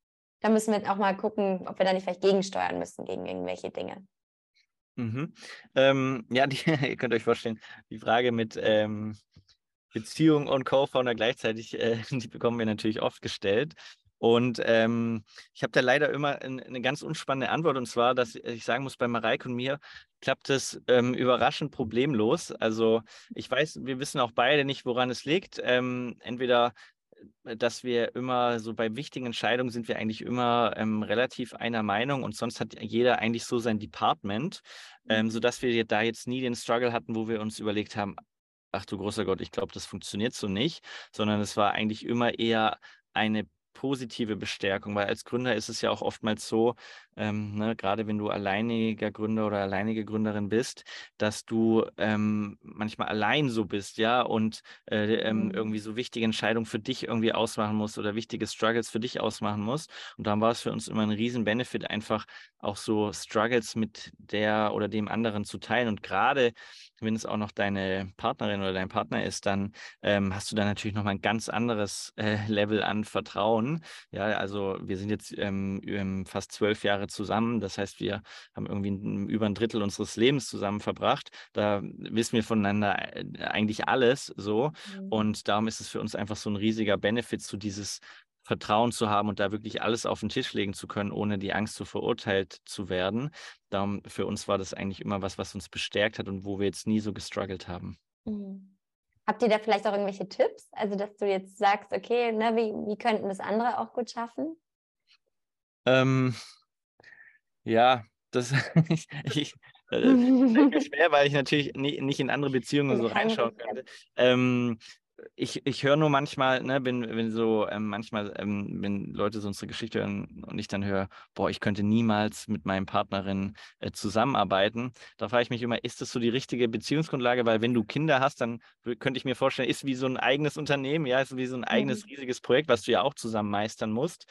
da müssen wir auch mal gucken, ob wir da nicht vielleicht gegensteuern müssen gegen irgendwelche Dinge. Mhm. Ja, ihr könnt euch vorstellen, die Frage mit Beziehung und Co-Founder gleichzeitig, die bekommen wir natürlich oft gestellt. Und ich habe da leider immer eine ganz unspannende Antwort, und zwar, dass ich sagen muss, bei Mareike und mir klappt es überraschend problemlos. Also ich weiß, wir wissen auch beide nicht, woran es liegt. Entweder dass wir immer so bei wichtigen Entscheidungen sind wir eigentlich immer relativ einer Meinung, und sonst hat jeder eigentlich so sein Department, sodass wir da jetzt nie den Struggle hatten, wo wir uns überlegt haben, ach du großer Gott, ich glaube, das funktioniert so nicht, sondern es war eigentlich immer eher eine positive Bestärkung, weil als Gründer ist es ja auch oftmals so, ne, gerade wenn du alleiniger Gründer oder alleinige Gründerin bist, dass du manchmal allein so bist, ja, und irgendwie so wichtige Entscheidungen für dich irgendwie ausmachen musst oder wichtige Struggles für dich ausmachen musst. Und darum war es für uns immer ein riesen Benefit, einfach auch so Struggles mit der oder dem anderen zu teilen. Und gerade wenn es auch noch deine Partnerin oder dein Partner ist, dann hast du da natürlich nochmal ein ganz anderes Level an Vertrauen. Ja, also wir sind jetzt fast 12 Jahre zusammen. Das heißt, wir haben irgendwie über ein Drittel unseres Lebens zusammen verbracht. Da wissen wir voneinander eigentlich alles so. Und darum ist es für uns einfach so ein riesiger Benefit, so dieses Vertrauen zu haben und da wirklich alles auf den Tisch legen zu können, ohne die Angst, so verurteilt zu werden. Darum für uns war das eigentlich immer was uns bestärkt hat und wo wir jetzt nie so gestruggelt haben. Mhm. Habt ihr da vielleicht auch irgendwelche Tipps? Also, dass du jetzt sagst, okay, ne, wie könnten das andere auch gut schaffen? Ähm, ja, das fällt mir schwer, weil ich natürlich nicht in andere Beziehungen so reinschauen könnte. Ich höre nur manchmal, ne, wenn so manchmal, wenn Leute so unsere Geschichte hören und ich dann höre, boah, ich könnte niemals mit meinem Partnerin zusammenarbeiten. Da frage ich mich immer, ist das so die richtige Beziehungsgrundlage? Weil wenn du Kinder hast, dann könnte ich mir vorstellen, ist wie so ein eigenes Unternehmen, ja, ist wie so ein eigenes riesiges Projekt, was du ja auch zusammen meistern musst.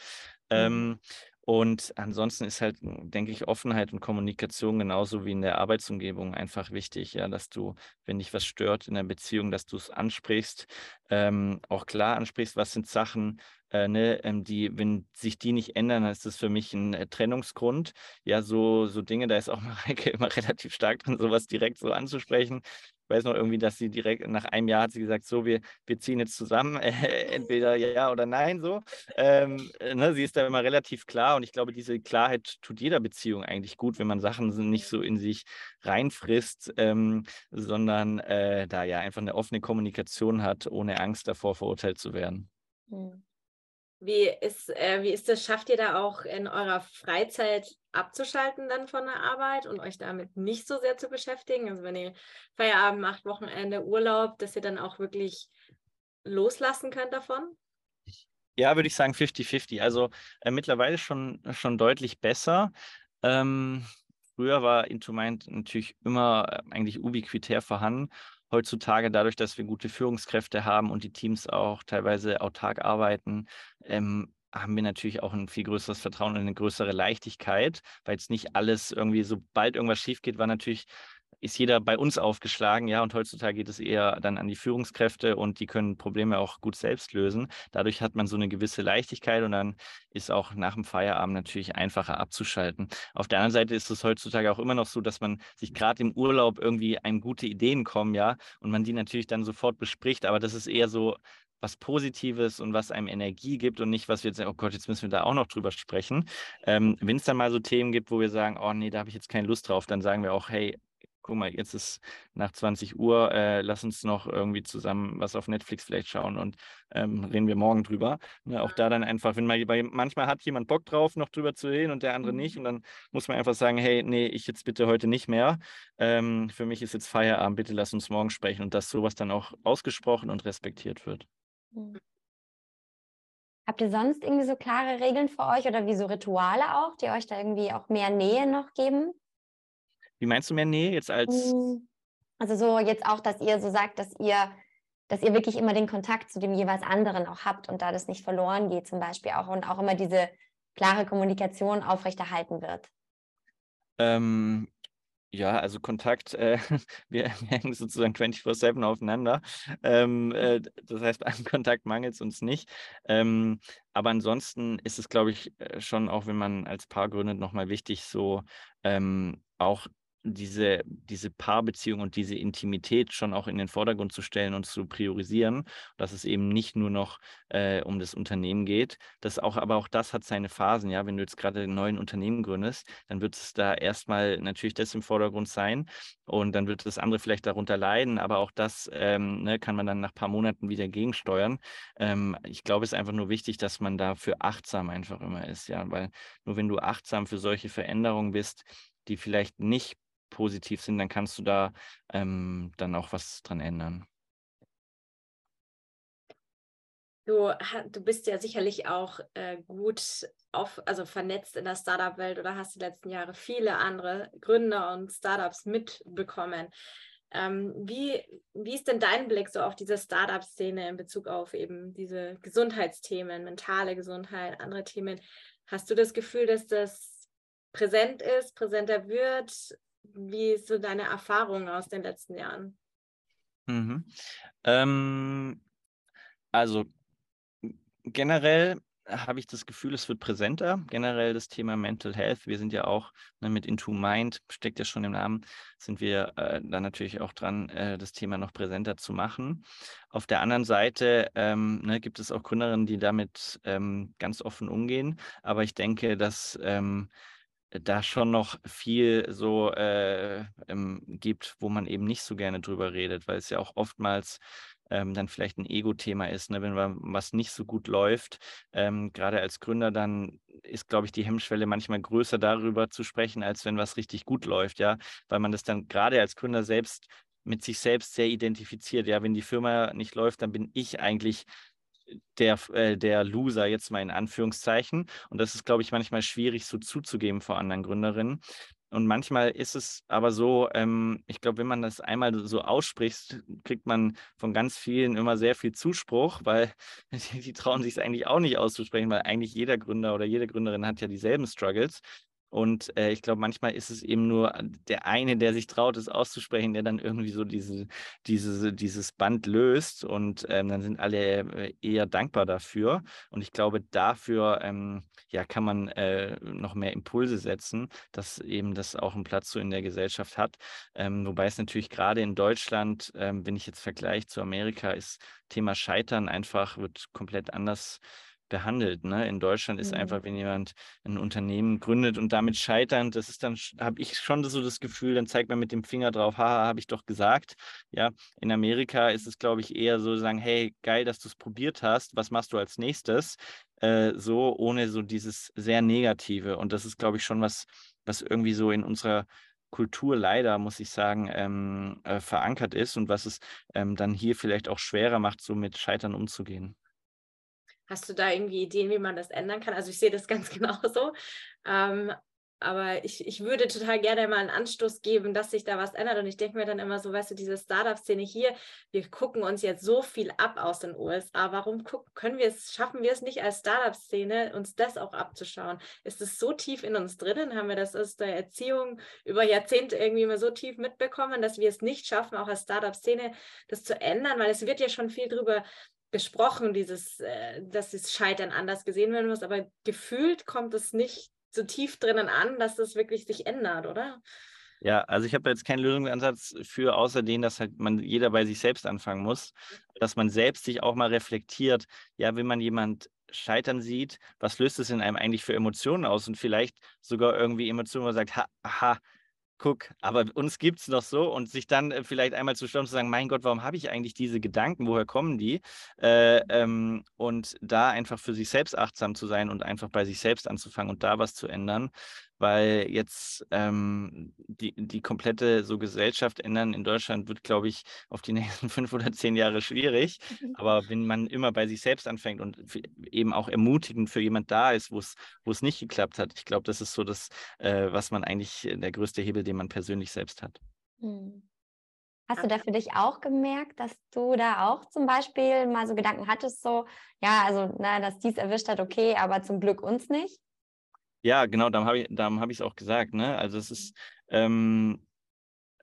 Und ansonsten ist halt, denke ich, Offenheit und Kommunikation genauso wie in der Arbeitsumgebung einfach wichtig, ja, dass du, wenn dich was stört in der Beziehung, dass du es ansprichst, auch klar ansprichst, was sind Sachen, ne, wenn sich die nicht ändern, dann ist das für mich ein Trennungsgrund. Ja, so Dinge, da ist auch Mareike immer relativ stark drin, sowas direkt so anzusprechen. Ich weiß noch irgendwie, dass sie direkt nach einem Jahr hat sie gesagt, so, wir ziehen jetzt zusammen, entweder ja oder nein, so. Ne, sie ist da immer relativ klar, und ich glaube, diese Klarheit tut jeder Beziehung eigentlich gut, wenn man Sachen nicht so in sich reinfrisst, sondern da ja einfach eine offene Kommunikation hat, ohne Angst davor verurteilt zu werden. Wie ist das? Schafft ihr da auch in eurer Freizeit abzuschalten dann von der Arbeit und euch damit nicht so sehr zu beschäftigen? Also wenn ihr Feierabend macht, Wochenende, Urlaub, dass ihr dann auch wirklich loslassen könnt davon? Ja, würde ich sagen 50-50. Also mittlerweile schon deutlich besser. Ähm, Früher war Into Mind natürlich immer eigentlich ubiquitär vorhanden. Heutzutage, dadurch, dass wir gute Führungskräfte haben und die Teams auch teilweise autark arbeiten, haben wir natürlich auch ein viel größeres Vertrauen und eine größere Leichtigkeit, weil jetzt nicht alles irgendwie, sobald irgendwas schief geht, ist jeder bei uns aufgeschlagen, ja, und heutzutage geht es eher dann an die Führungskräfte, und die können Probleme auch gut selbst lösen. Dadurch hat man so eine gewisse Leichtigkeit, und dann ist auch nach dem Feierabend natürlich einfacher abzuschalten. Auf der anderen Seite ist es heutzutage auch immer noch so, dass man sich gerade im Urlaub irgendwie einem gute Ideen kommen, ja, und man die natürlich dann sofort bespricht, aber das ist eher so was Positives und was einem Energie gibt und nicht, was wir jetzt sagen, oh Gott, jetzt müssen wir da auch noch drüber sprechen. Wenn es dann mal so Themen gibt, wo wir sagen, oh nee, da habe ich jetzt keine Lust drauf, dann sagen wir auch, hey, guck mal, jetzt ist nach 20 Uhr, lass uns noch irgendwie zusammen was auf Netflix vielleicht schauen, und reden wir morgen drüber. Ne, auch da dann einfach, weil manchmal hat jemand Bock drauf, noch drüber zu reden und der andere nicht, und dann muss man einfach sagen, hey, nee, ich jetzt bitte heute nicht mehr. Für mich ist jetzt Feierabend, bitte lass uns morgen sprechen, und dass sowas dann auch ausgesprochen und respektiert wird. Habt ihr sonst irgendwie so klare Regeln für euch oder wie so Rituale auch, die euch da irgendwie auch mehr Nähe noch geben? Wie meinst du mehr Nähe jetzt als... Also so jetzt auch, dass ihr so sagt, dass ihr wirklich immer den Kontakt zu dem jeweils anderen auch habt und da das nicht verloren geht zum Beispiel auch und auch immer diese klare Kommunikation aufrechterhalten wird? Ja, also Kontakt, wir hängen sozusagen 24/7 aufeinander. Das heißt, an Kontakt mangelt es uns nicht. Aber ansonsten ist es, glaube ich, schon auch, wenn man als Paar gründet, nochmal wichtig, so auch diese Paarbeziehung und diese Intimität schon auch in den Vordergrund zu stellen und zu priorisieren, dass es eben nicht nur noch um das Unternehmen geht. Aber auch das hat seine Phasen, ja. Wenn du jetzt gerade ein neues Unternehmen gründest, dann wird es da erstmal natürlich das im Vordergrund sein und dann wird das andere vielleicht darunter leiden, aber auch das ne, kann man dann nach ein paar Monaten wieder gegensteuern. Ich glaube, es ist einfach nur wichtig, dass man dafür achtsam einfach immer ist, ja, weil nur wenn du achtsam für solche Veränderungen bist, die vielleicht nicht positiv sind, dann kannst du da dann auch was dran ändern. Du bist ja sicherlich auch gut also vernetzt in der Startup-Welt oder hast die letzten Jahre viele andere Gründer und Startups mitbekommen. Wie ist denn dein Blick so auf diese Startup-Szene in Bezug auf eben diese Gesundheitsthemen, mentale Gesundheit, andere Themen? Hast du das Gefühl, dass das präsent ist, präsenter wird? Wie ist so deine Erfahrung aus den letzten Jahren? Mhm. Also generell habe ich das Gefühl, es wird präsenter. Generell das Thema Mental Health. Wir sind ja auch mit Into Mind, steckt ja schon im Namen, sind wir da natürlich auch dran, das Thema noch präsenter zu machen. Auf der anderen Seite gibt es auch Gründerinnen, die damit ganz offen umgehen. Aber ich denke, dass da schon noch viel so gibt, wo man eben nicht so gerne drüber redet, weil es ja auch oftmals dann vielleicht ein Ego-Thema ist, ne? Wenn was nicht so gut läuft, gerade als Gründer, dann ist, glaube ich, die Hemmschwelle manchmal größer, darüber zu sprechen, als wenn was richtig gut läuft, ja, weil man das dann gerade als Gründer selbst mit sich selbst sehr identifiziert. Ja, wenn die Firma nicht läuft, dann bin ich eigentlich der Loser, jetzt mal in Anführungszeichen. Und das ist, glaube ich, manchmal schwierig so zuzugeben vor anderen Gründerinnen. Und manchmal ist es aber so, ich glaube, wenn man das einmal so ausspricht, kriegt man von ganz vielen immer sehr viel Zuspruch, weil die trauen sich es eigentlich auch nicht auszusprechen, weil eigentlich jeder Gründer oder jede Gründerin hat ja dieselben Struggles. Und ich glaube, manchmal ist es eben nur der eine, der sich traut, es auszusprechen, der dann irgendwie so dieses Band löst. Und dann sind alle eher dankbar dafür. Und ich glaube, dafür ja, kann man noch mehr Impulse setzen, dass eben das auch einen Platz so in der Gesellschaft hat. Wobei es natürlich gerade in Deutschland, wenn ich jetzt vergleiche zu Amerika, ist Thema Scheitern einfach, wird komplett anders behandelt. Ne? In Deutschland ist einfach, wenn jemand ein Unternehmen gründet und damit scheitern, das ist dann, habe ich schon so das Gefühl, dann zeigt man mit dem Finger drauf, haha, habe ich doch gesagt. Ja, in Amerika ist es, glaube ich, eher so sagen, hey, geil, dass du es probiert hast, was machst du als nächstes? So ohne so dieses sehr Negative. Und das ist, glaube ich, schon was irgendwie so in unserer Kultur leider, muss ich sagen, verankert ist und was es dann hier vielleicht auch schwerer macht, so mit Scheitern umzugehen. Hast du da irgendwie Ideen, wie man das ändern kann? Also ich sehe das ganz genauso. Aber ich würde total gerne mal einen Anstoß geben, dass sich da was ändert. Und ich denke mir dann immer so, weißt du, diese Startup-Szene hier, wir gucken uns jetzt so viel ab aus den USA. Warum schaffen wir es nicht als Startup-Szene, uns das auch abzuschauen? Ist es so tief in uns drinnen? Haben wir das aus der Erziehung über Jahrzehnte irgendwie immer so tief mitbekommen, dass wir es nicht schaffen, auch als Startup-Szene das zu ändern? Weil es wird ja schon viel drüber gesprochen, dass das Scheitern anders gesehen werden muss, aber gefühlt kommt es nicht so tief drinnen an, dass das wirklich sich ändert, oder? Ja, also ich habe jetzt keinen Lösungsansatz für, außer den, dass halt jeder bei sich selbst anfangen muss, dass man selbst sich auch mal reflektiert, ja, wenn man jemand scheitern sieht, was löst es in einem eigentlich für Emotionen aus und vielleicht sogar irgendwie Emotionen, wo man sagt, ha, guck, aber uns gibt es noch so und sich dann vielleicht einmal zu stellen und zu sagen, mein Gott, warum habe ich eigentlich diese Gedanken, woher kommen die? Und da einfach für sich selbst achtsam zu sein und einfach bei sich selbst anzufangen und da was zu ändern, weil jetzt die komplette so Gesellschaft ändern in Deutschland wird, glaube ich, auf die nächsten 5 oder 10 Jahre schwierig. Aber wenn man immer bei sich selbst anfängt und eben auch ermutigend für jemand da ist, wo es nicht geklappt hat, ich glaube, das ist so das, was man eigentlich der größte Hebel, den man persönlich selbst hat. Hast du da für dich auch gemerkt, dass du da auch zum Beispiel mal so Gedanken hattest, so, ja, also, dass dies erwischt hat, okay, aber zum Glück uns nicht? Ja, genau, darum hab ich es auch gesagt, ne? Also es ist,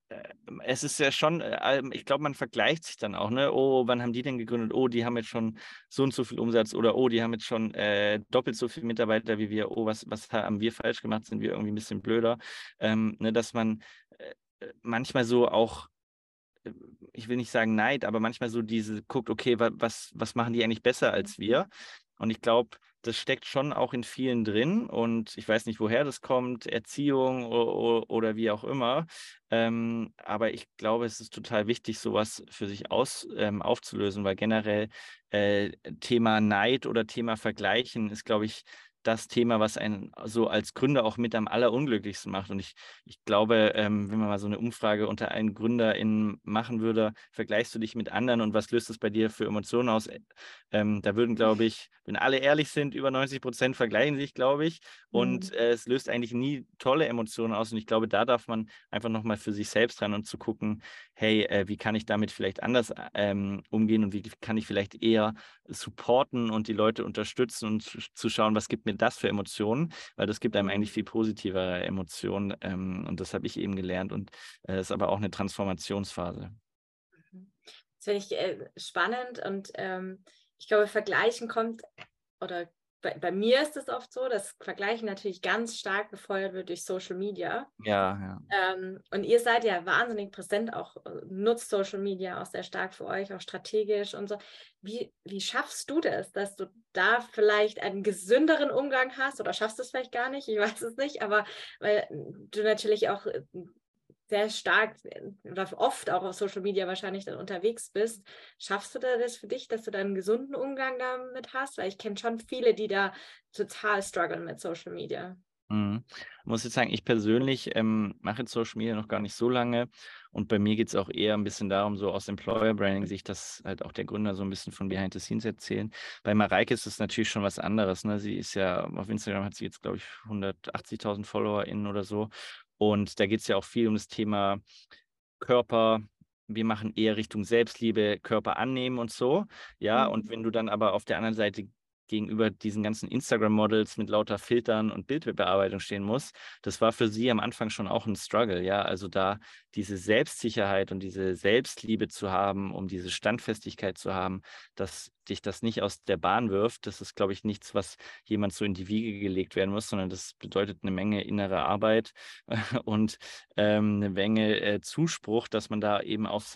es ist ja schon, ich glaube, man vergleicht sich dann auch, ne? Oh, wann haben die denn gegründet? Oh, die haben jetzt schon so und so viel Umsatz oder oh, die haben jetzt schon doppelt so viele Mitarbeiter wie wir. Oh, was haben wir falsch gemacht? Sind wir irgendwie ein bisschen blöder? Ne, dass man manchmal so auch, ich will nicht sagen Neid, aber manchmal so diese guckt, okay, was machen die eigentlich besser als wir? Und ich glaube, das steckt schon auch in vielen drin und ich weiß nicht, woher das kommt, Erziehung oder wie auch immer. Aber ich glaube, es ist total wichtig, sowas für sich aufzulösen, weil generell Thema Neid oder Thema Vergleichen ist, glaube ich, das Thema, was einen so als Gründer auch mit am allerunglücklichsten macht. Und ich glaube, wenn man mal so eine Umfrage unter allen GründerInnen machen würde, vergleichst du dich mit anderen und was löst es bei dir für Emotionen aus? Da würden, glaube ich, wenn alle ehrlich sind, über 90% vergleichen sich, glaube ich. Und es löst eigentlich nie tolle Emotionen aus. Und ich glaube, da darf man einfach nochmal für sich selbst ran und zu gucken, hey, wie kann ich damit vielleicht anders umgehen und wie kann ich vielleicht eher supporten und die Leute unterstützen und zu schauen, was gibt mir das für Emotionen, weil das gibt einem eigentlich viel positivere Emotionen und das habe ich eben gelernt und ist aber auch eine Transformationsphase. Das finde ich spannend und ich glaube, Vergleichen kommt, oder bei mir ist es oft so, dass Vergleichen natürlich ganz stark befeuert wird durch Social Media. Ja. Und ihr seid ja wahnsinnig präsent, auch nutzt Social Media auch sehr stark für euch, auch strategisch und so. Wie schaffst du das, dass du da vielleicht einen gesünderen Umgang hast oder schaffst du es vielleicht gar nicht? Ich weiß es nicht, aber weil du natürlich auch sehr stark oder oft auch auf Social Media wahrscheinlich dann unterwegs bist. Schaffst du da das für dich, dass du da einen gesunden Umgang damit hast? Weil ich kenne schon viele, die da total strugglen mit Social Media. Ich muss jetzt sagen, ich persönlich mache jetzt Social Media noch gar nicht so lange und bei mir geht es auch eher ein bisschen darum, so aus Employer Branding sich das halt auch der Gründer so ein bisschen von Behind the Scenes erzählen. Bei Mareike ist es natürlich schon was anderes, ne? Sie ist ja, auf Instagram hat sie jetzt, glaube ich, 180.000 FollowerInnen oder so und da geht es ja auch viel um das Thema Körper. Wir machen eher Richtung Selbstliebe, Körper annehmen und so. Ja, und wenn du dann aber auf der anderen Seite gegenüber diesen ganzen Instagram-Models mit lauter Filtern und Bildbearbeitung stehen musst, das war für sie am Anfang schon auch ein Struggle, ja, also da diese Selbstsicherheit und diese Selbstliebe zu haben, um diese Standfestigkeit zu haben, dass dich das nicht aus der Bahn wirft, das ist, glaube ich, nichts, was jemand so in die Wiege gelegt werden muss, sondern das bedeutet eine Menge innere Arbeit und eine Menge Zuspruch, dass man da eben auf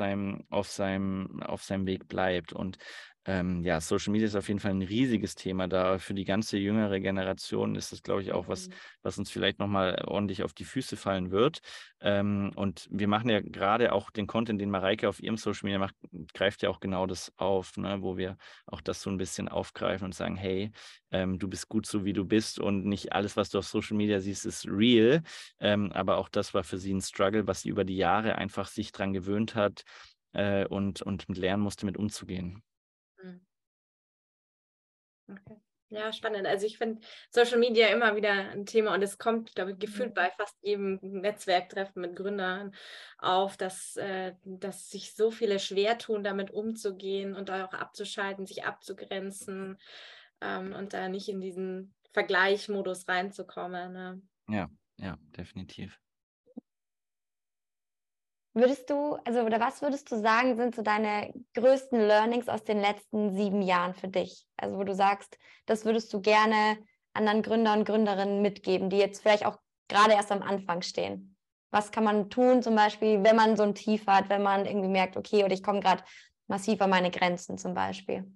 seinem Weg bleibt. Und ja, Social Media ist auf jeden Fall ein riesiges Thema da. Für die ganze jüngere Generation ist das, glaube ich, auch was uns vielleicht nochmal ordentlich auf die Füße fallen wird. Und wir machen ja gerade auch den Content, den Mareike auf ihrem Social Media macht, greift ja auch genau das auf, ne, wo wir auch das so ein bisschen aufgreifen und sagen, hey, du bist gut so, wie du bist und nicht alles, was du auf Social Media siehst, ist real. Aber auch das war für sie ein Struggle, was sie über die Jahre einfach sich dran gewöhnt hat und lernen musste, mit umzugehen. Okay. Ja, spannend. Also ich finde Social Media immer wieder ein Thema und es kommt, glaube ich, gefühlt bei fast jedem Netzwerktreffen mit Gründern auf, dass sich so viele schwer tun, damit umzugehen und auch abzuschalten, sich abzugrenzen und da nicht in diesen Vergleichmodus reinzukommen. Ne? Ja, definitiv. Was würdest du sagen, sind so deine größten Learnings aus den letzten 7 Jahren für dich? Also wo du sagst, das würdest du gerne anderen Gründern und Gründerinnen mitgeben, die jetzt vielleicht auch gerade erst am Anfang stehen. Was kann man tun, zum Beispiel, wenn man so ein Tief hat, wenn man irgendwie merkt, okay, oder ich komme gerade massiv an meine Grenzen zum Beispiel?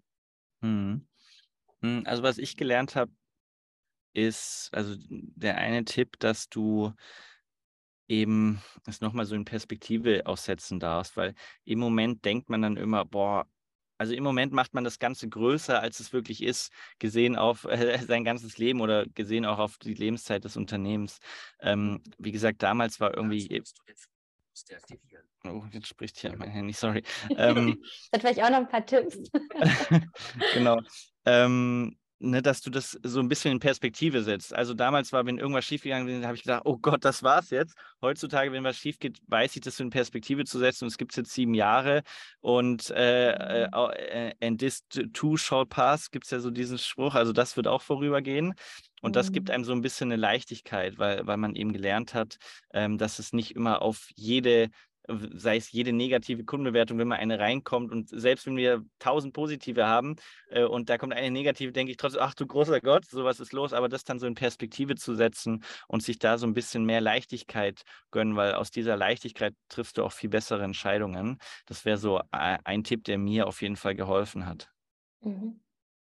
Also was ich gelernt habe, ist, also der eine Tipp, dass du eben es nochmal so in Perspektive aussetzen darfst, weil im Moment denkt man dann immer, boah, also im Moment macht man das Ganze größer, als es wirklich ist, gesehen auf sein ganzes Leben oder gesehen auch auf die Lebenszeit des Unternehmens. Wie gesagt, damals war irgendwie... Oh, jetzt spricht hier mein Handy, sorry. Hat vielleicht auch noch ein paar Tipps. Genau. Ne, dass du das so ein bisschen in Perspektive setzt. Also damals war, wenn irgendwas schiefgegangen ist, habe ich gedacht, oh Gott, das war's jetzt. Heutzutage, wenn was schief geht, weiß ich, das so in Perspektive zu setzen. Und es gibt jetzt 7 Jahre. Und and this too shall pass, gibt es ja so diesen Spruch. Also das wird auch vorübergehen. Und das gibt einem so ein bisschen eine Leichtigkeit, weil man eben gelernt hat, dass es nicht immer auf jede sei es jede negative Kundenbewertung, wenn mal eine reinkommt und selbst wenn wir 1000 positive haben und da kommt eine negative, denke ich trotzdem, ach du großer Gott, sowas ist los, aber das dann so in Perspektive zu setzen und sich da so ein bisschen mehr Leichtigkeit gönnen, weil aus dieser Leichtigkeit triffst du auch viel bessere Entscheidungen. Das wäre so ein Tipp, der mir auf jeden Fall geholfen hat. Mhm.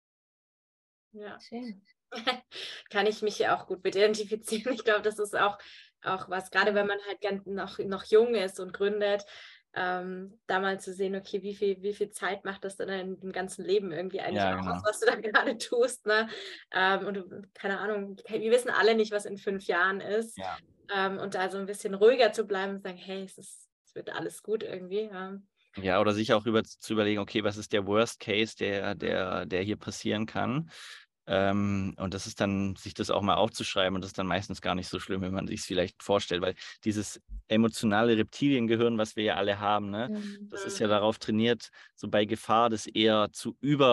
Ja. Schön. Kann ich mich ja auch gut mit identifizieren. Ich glaube, das ist auch was, gerade wenn man halt ganz noch jung ist und gründet, da mal zu sehen, okay, wie viel Zeit macht das denn in dem ganzen Leben irgendwie eigentlich Ja, aus, genau. was du da gerade tust, ne? Und du, keine Ahnung, wir wissen alle nicht, was in 5 Jahren ist. Ja. Und da so ein bisschen ruhiger zu bleiben und sagen, hey, es wird alles gut irgendwie. Ja, oder sich auch zu überlegen, okay, was ist der Worst Case, der hier passieren kann? Und das ist dann, sich das auch mal aufzuschreiben und das ist dann meistens gar nicht so schlimm, wenn man sich es vielleicht vorstellt, weil dieses emotionale Reptiliengehirn, was wir ja alle haben, ne, das ist ja darauf trainiert, so bei Gefahr das eher zu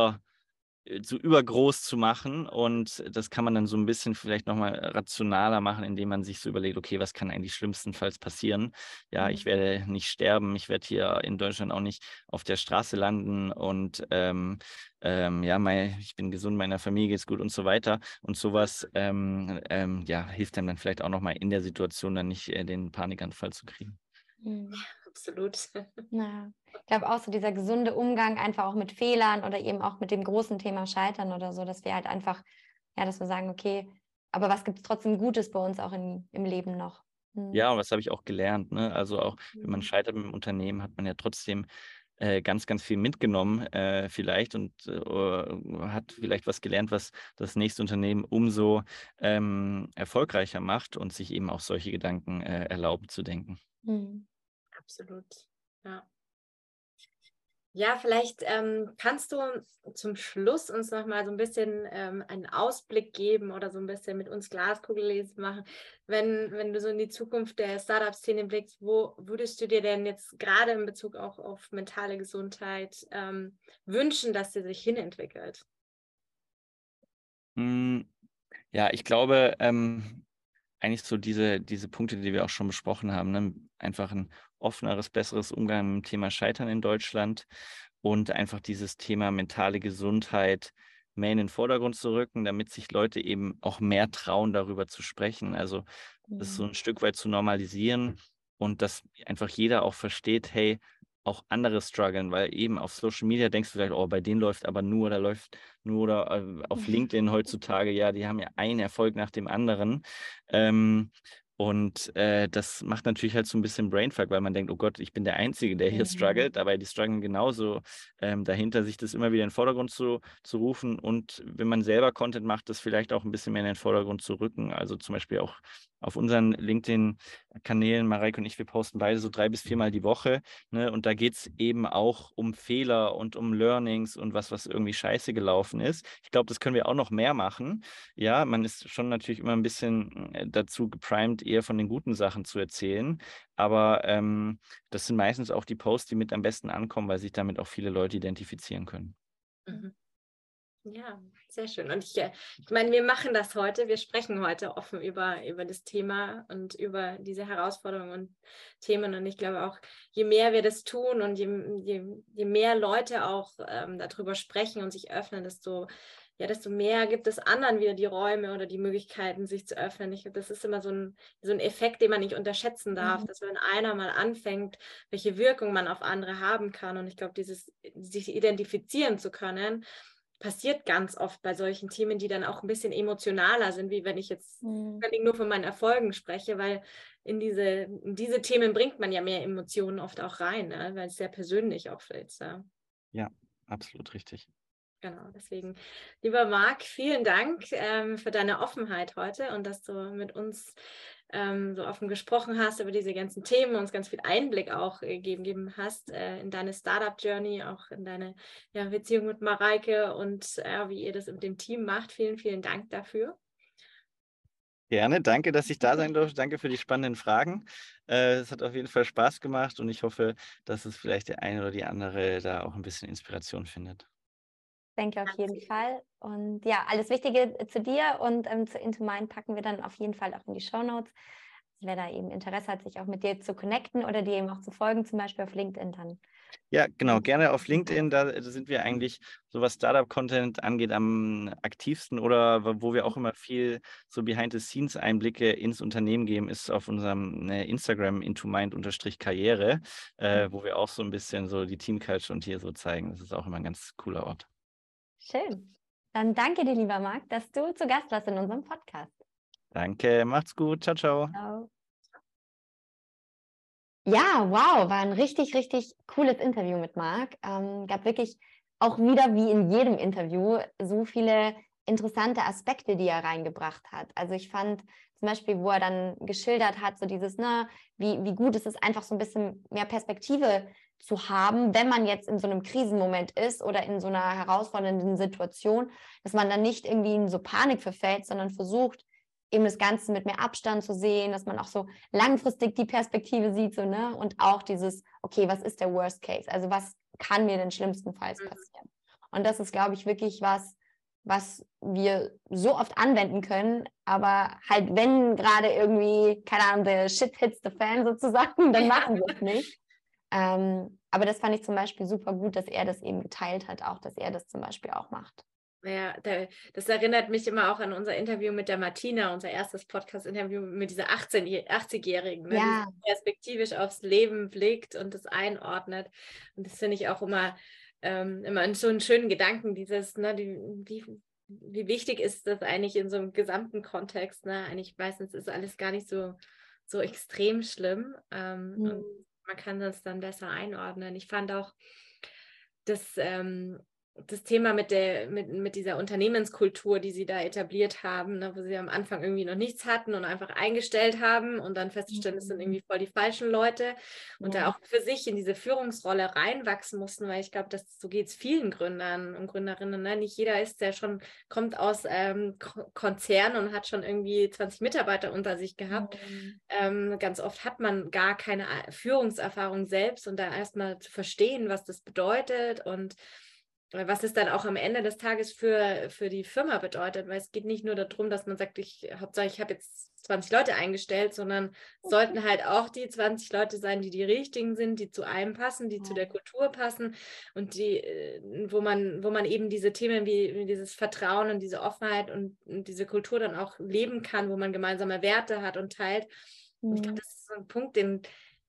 übergroß zu machen und das kann man dann so ein bisschen vielleicht nochmal rationaler machen, indem man sich so überlegt, okay, was kann eigentlich schlimmstenfalls passieren? Ja, ich werde nicht sterben, ich werde hier in Deutschland auch nicht auf der Straße landen und ja, ich bin gesund, meiner Familie geht's gut und so weiter und sowas ja, hilft einem dann vielleicht auch nochmal in der Situation dann nicht den Panikanfall zu kriegen. Absolut. Ja, ich glaube auch so dieser gesunde Umgang einfach auch mit Fehlern oder eben auch mit dem großen Thema Scheitern oder so, dass wir halt einfach, ja, dass wir sagen, okay, aber was gibt es trotzdem Gutes bei uns auch im Leben noch? Ja, und was habe ich auch gelernt, ne? Also auch, wenn man Mhm. scheitert mit dem Unternehmen, hat man ja trotzdem ganz, ganz viel mitgenommen vielleicht und hat vielleicht was gelernt, was das nächste Unternehmen umso erfolgreicher macht und sich eben auch solche Gedanken erlaubt zu denken. Absolut. Ja. Ja, vielleicht kannst du zum Schluss uns noch mal so ein bisschen einen Ausblick geben oder so ein bisschen mit uns Glaskugellesen machen, wenn du so in die Zukunft der Startup-Szene blickst, wo würdest du dir denn jetzt gerade in Bezug auch auf mentale Gesundheit wünschen, dass sie sich hinentwickelt? Ja, ich glaube, eigentlich so diese Punkte, die wir auch schon besprochen haben, ne? Einfach ein offeneres, besseres Umgang mit dem Thema Scheitern in Deutschland und einfach dieses Thema mentale Gesundheit mehr in den Vordergrund zu rücken, damit sich Leute eben auch mehr trauen, darüber zu sprechen. Also das so ein Stück weit zu normalisieren und dass einfach jeder auch versteht, hey, auch andere strugglen, weil eben auf Social Media denkst du vielleicht, oh, bei denen läuft aber nur, da läuft nur oder auf LinkedIn heutzutage, ja, die haben ja einen Erfolg nach dem anderen. Und das macht natürlich halt so ein bisschen Brainfuck, weil man denkt, oh Gott, ich bin der Einzige, der hier struggelt, aber die strugglen genauso dahinter, sich das immer wieder in den Vordergrund zu rufen und wenn man selber Content macht, das vielleicht auch ein bisschen mehr in den Vordergrund zu rücken. Also zum Beispiel auch auf unseren LinkedIn-Kanälen, Mareike und ich, wir posten beide so 3 bis 4 Mal die Woche, ne? Und da geht es eben auch um Fehler und um Learnings und was irgendwie scheiße gelaufen ist. Ich glaube, das können wir auch noch mehr machen. Ja, man ist schon natürlich immer ein bisschen dazu geprimed, eher von den guten Sachen zu erzählen. Aber das sind meistens auch die Posts, die mit am besten ankommen, weil sich damit auch viele Leute identifizieren können. Mhm. Ja, sehr schön. Und ich meine, wir machen das heute, wir sprechen heute offen über das Thema und über diese Herausforderungen und Themen. Und ich glaube auch, je mehr wir das tun und je mehr Leute auch darüber sprechen und sich öffnen, desto mehr gibt es anderen wieder die Räume oder die Möglichkeiten, sich zu öffnen. Ich glaube, das ist immer so ein Effekt, den man nicht unterschätzen darf, dass wenn einer mal anfängt, welche Wirkung man auf andere haben kann. Und ich glaube, sich identifizieren zu können, passiert ganz oft bei solchen Themen, die dann auch ein bisschen emotionaler sind, wie wenn ich jetzt nur von meinen Erfolgen spreche, weil in diese Themen bringt man ja mehr Emotionen oft auch rein, ne? Weil es sehr persönlich auch ist. Ja. Ja, absolut richtig. Genau, deswegen, lieber Marc, vielen Dank für deine Offenheit heute und dass du mit uns so offen gesprochen hast über diese ganzen Themen und uns ganz viel Einblick auch gegeben hast in deine Startup-Journey, auch in deine Beziehung mit Mareike und wie ihr das mit dem Team macht. Vielen, vielen Dank dafür. Gerne, danke, dass ich da sein durfte. Danke für die spannenden Fragen. Es hat auf jeden Fall Spaß gemacht und ich hoffe, dass es vielleicht der eine oder die andere da auch ein bisschen Inspiration findet. Denke auf jeden Fall. Und ja, alles Wichtige zu dir und zu Into Mind packen wir dann auf jeden Fall auch in die Shownotes. wer da eben Interesse hat, sich auch mit dir zu connecten oder dir eben auch zu folgen, zum Beispiel auf LinkedIn dann. Ja, genau, gerne auf LinkedIn, da sind wir eigentlich, so was Startup-Content angeht, am aktivsten, oder wo wir auch immer viel so Behind-the-Scenes-Einblicke ins Unternehmen geben, ist auf unserem Instagram intomind_karriere, wo wir auch so ein bisschen so die Team-Culture und hier so zeigen. Das ist auch immer ein ganz cooler Ort. Schön. Dann danke dir, lieber Marc, dass du zu Gast warst in unserem Podcast. Danke, macht's gut, ciao, ciao. Ciao. Ja, wow, war ein richtig, richtig cooles Interview mit Marc. Gab wirklich auch wieder wie in jedem Interview so viele interessante Aspekte, die er reingebracht hat. Also ich fand zum Beispiel, wo er dann geschildert hat, so dieses, ne, wie gut es ist, einfach so ein bisschen mehr Perspektive zu haben, wenn man jetzt in so einem Krisenmoment ist oder in so einer herausfordernden Situation, dass man dann nicht irgendwie in so Panik verfällt, sondern versucht, eben das Ganze mit mehr Abstand zu sehen, dass man auch so langfristig die Perspektive sieht, so, ne? Und auch dieses, okay, was ist der Worst Case? Also was kann mir denn schlimmstenfalls passieren? Und das ist, glaube ich, wirklich was wir so oft anwenden können, aber halt, wenn gerade irgendwie, keine Ahnung, the shit hits the fan sozusagen, dann machen wir es nicht. Aber das fand ich zum Beispiel super gut, dass er das eben geteilt hat, auch, dass er das zum Beispiel auch macht. Ja, das erinnert mich immer auch an unser Interview mit der Martina, unser erstes Podcast-Interview mit dieser 80-Jährigen, ne, Ja. die perspektivisch aufs Leben blickt und das einordnet. Und das finde ich auch immer so einen schönen Gedanken, dieses, ne, wie wichtig ist das eigentlich in so einem gesamten Kontext, ne? Eigentlich meistens ist alles gar nicht so extrem schlimm, und man kann das dann besser einordnen. Ich fand auch, dass das Thema mit dieser Unternehmenskultur, die sie da etabliert haben, ne, wo sie am Anfang irgendwie noch nichts hatten und einfach eingestellt haben und dann festzustellen, das sind irgendwie voll die falschen Leute und da auch für sich in diese Führungsrolle reinwachsen mussten, weil ich glaube, so geht es vielen Gründern und Gründerinnen. Ne? Nicht jeder kommt aus Konzern und hat schon irgendwie 20 Mitarbeiter unter sich gehabt. Ganz oft hat man gar keine Führungserfahrung selbst und da erstmal zu verstehen, was das bedeutet und was es dann auch am Ende des Tages für die Firma bedeutet, weil es geht nicht nur darum, dass man sagt, Hauptsache ich habe jetzt 20 Leute eingestellt, sondern es sollten halt auch die 20 Leute sein, die richtigen sind, die zu einem passen, die zu der Kultur passen und wo man eben diese Themen wie dieses Vertrauen und diese Offenheit und diese Kultur dann auch leben kann, wo man gemeinsame Werte hat und teilt. Und ich glaube, das ist so ein Punkt, an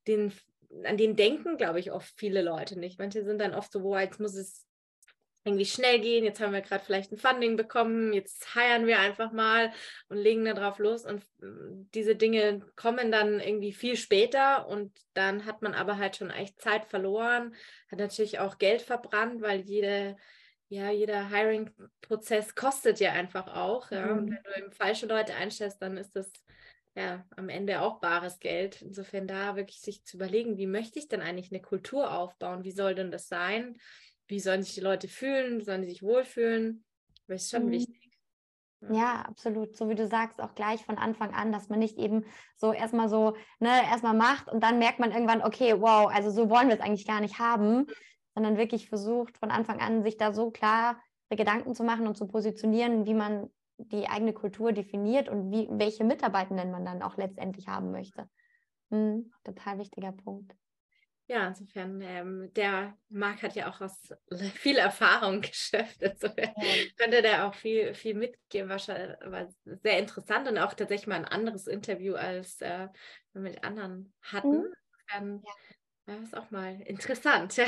den denken, glaube ich, oft viele Leute nicht. Manche sind dann oft so, boah, jetzt muss es irgendwie schnell gehen, jetzt haben wir gerade vielleicht ein Funding bekommen, jetzt hiren wir einfach mal und legen da drauf los und diese Dinge kommen dann irgendwie viel später und dann hat man aber halt schon echt Zeit verloren, hat natürlich auch Geld verbrannt, weil jeder Hiring-Prozess kostet ja einfach auch, ja, und wenn du eben falsche Leute einstellst, dann ist das ja am Ende auch bares Geld. Insofern da wirklich sich zu überlegen, wie möchte ich denn eigentlich eine Kultur aufbauen, wie soll denn das sein? Wie sollen sich die Leute fühlen? Sollen die sich wohlfühlen? Das ist schon wichtig. Ja, absolut. So wie du sagst, auch gleich von Anfang an, dass man nicht eben so, erstmal macht und dann merkt man irgendwann, okay, wow, also so wollen wir es eigentlich gar nicht haben, sondern wirklich versucht von Anfang an, sich da so klare Gedanken zu machen und zu positionieren, wie man die eigene Kultur definiert und welche Mitarbeitenden man dann auch letztendlich haben möchte. Total wichtiger Punkt. Ja, insofern, der Marc hat ja auch viel Erfahrung geschöpft. Insofern könnte der auch viel, viel mitgeben. War sehr interessant und auch tatsächlich mal ein anderes Interview, als wir mit anderen hatten. Das ist auch mal interessant.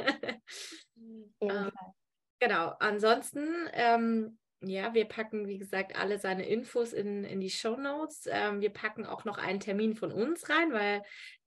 Genau, ansonsten, wir packen, wie gesagt, alle seine Infos in die Shownotes. Wir packen auch noch einen Termin von uns rein, weil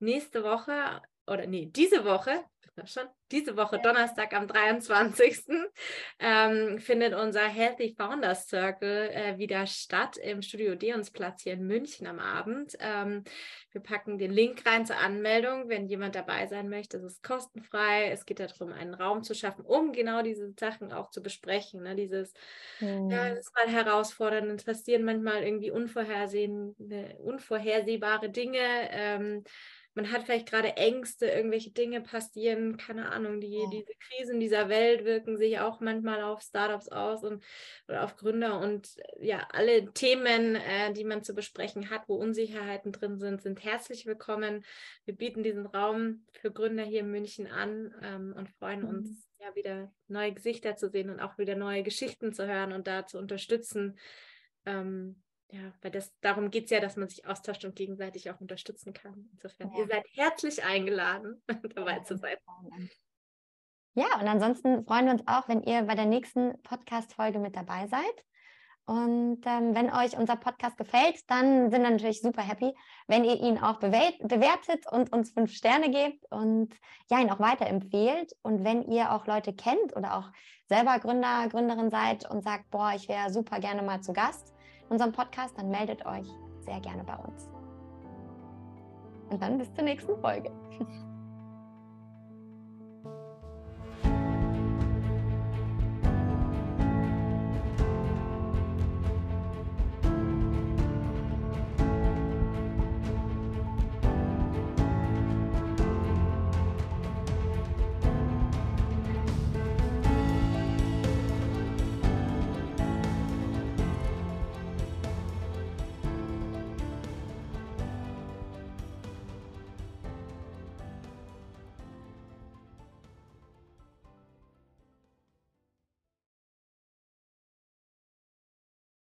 diese Woche, Donnerstag am 23. Findet unser Healthy Founders Circle wieder statt im Studio Odeonsplatz hier in München am Abend. Wir packen den Link rein zur Anmeldung, wenn jemand dabei sein möchte. Es ist kostenfrei. Es geht darum, einen Raum zu schaffen, um genau diese Sachen auch zu besprechen. Ne? Das ist mal herausfordernd. Es passieren manchmal irgendwie unvorhersehbare Dinge. man hat vielleicht gerade Ängste, irgendwelche Dinge passieren, keine Ahnung, diese Krisen dieser Welt wirken sich auch manchmal auf Startups aus oder auf Gründer und ja, alle Themen, die man zu besprechen hat, wo Unsicherheiten drin sind herzlich willkommen. Wir bieten diesen Raum für Gründer hier in München an und freuen uns, ja, wieder neue Gesichter zu sehen und auch wieder neue Geschichten zu hören und da zu unterstützen. Ja, weil darum geht es ja, dass man sich austauscht und gegenseitig auch unterstützen kann. Insofern, ihr seid herzlich eingeladen, dabei zu sein. Ja, und ansonsten freuen wir uns auch, wenn ihr bei der nächsten Podcast-Folge mit dabei seid. Und wenn euch unser Podcast gefällt, dann sind wir natürlich super happy, wenn ihr ihn auch bewertet und uns 5 Sterne gebt und ja, ihn auch weiterempfehlt. Und wenn ihr auch Leute kennt oder auch selber Gründer, Gründerin seid und sagt, boah, ich wäre super gerne mal zu Gast in unserem Podcast, dann meldet euch sehr gerne bei uns. Und dann bis zur nächsten Folge.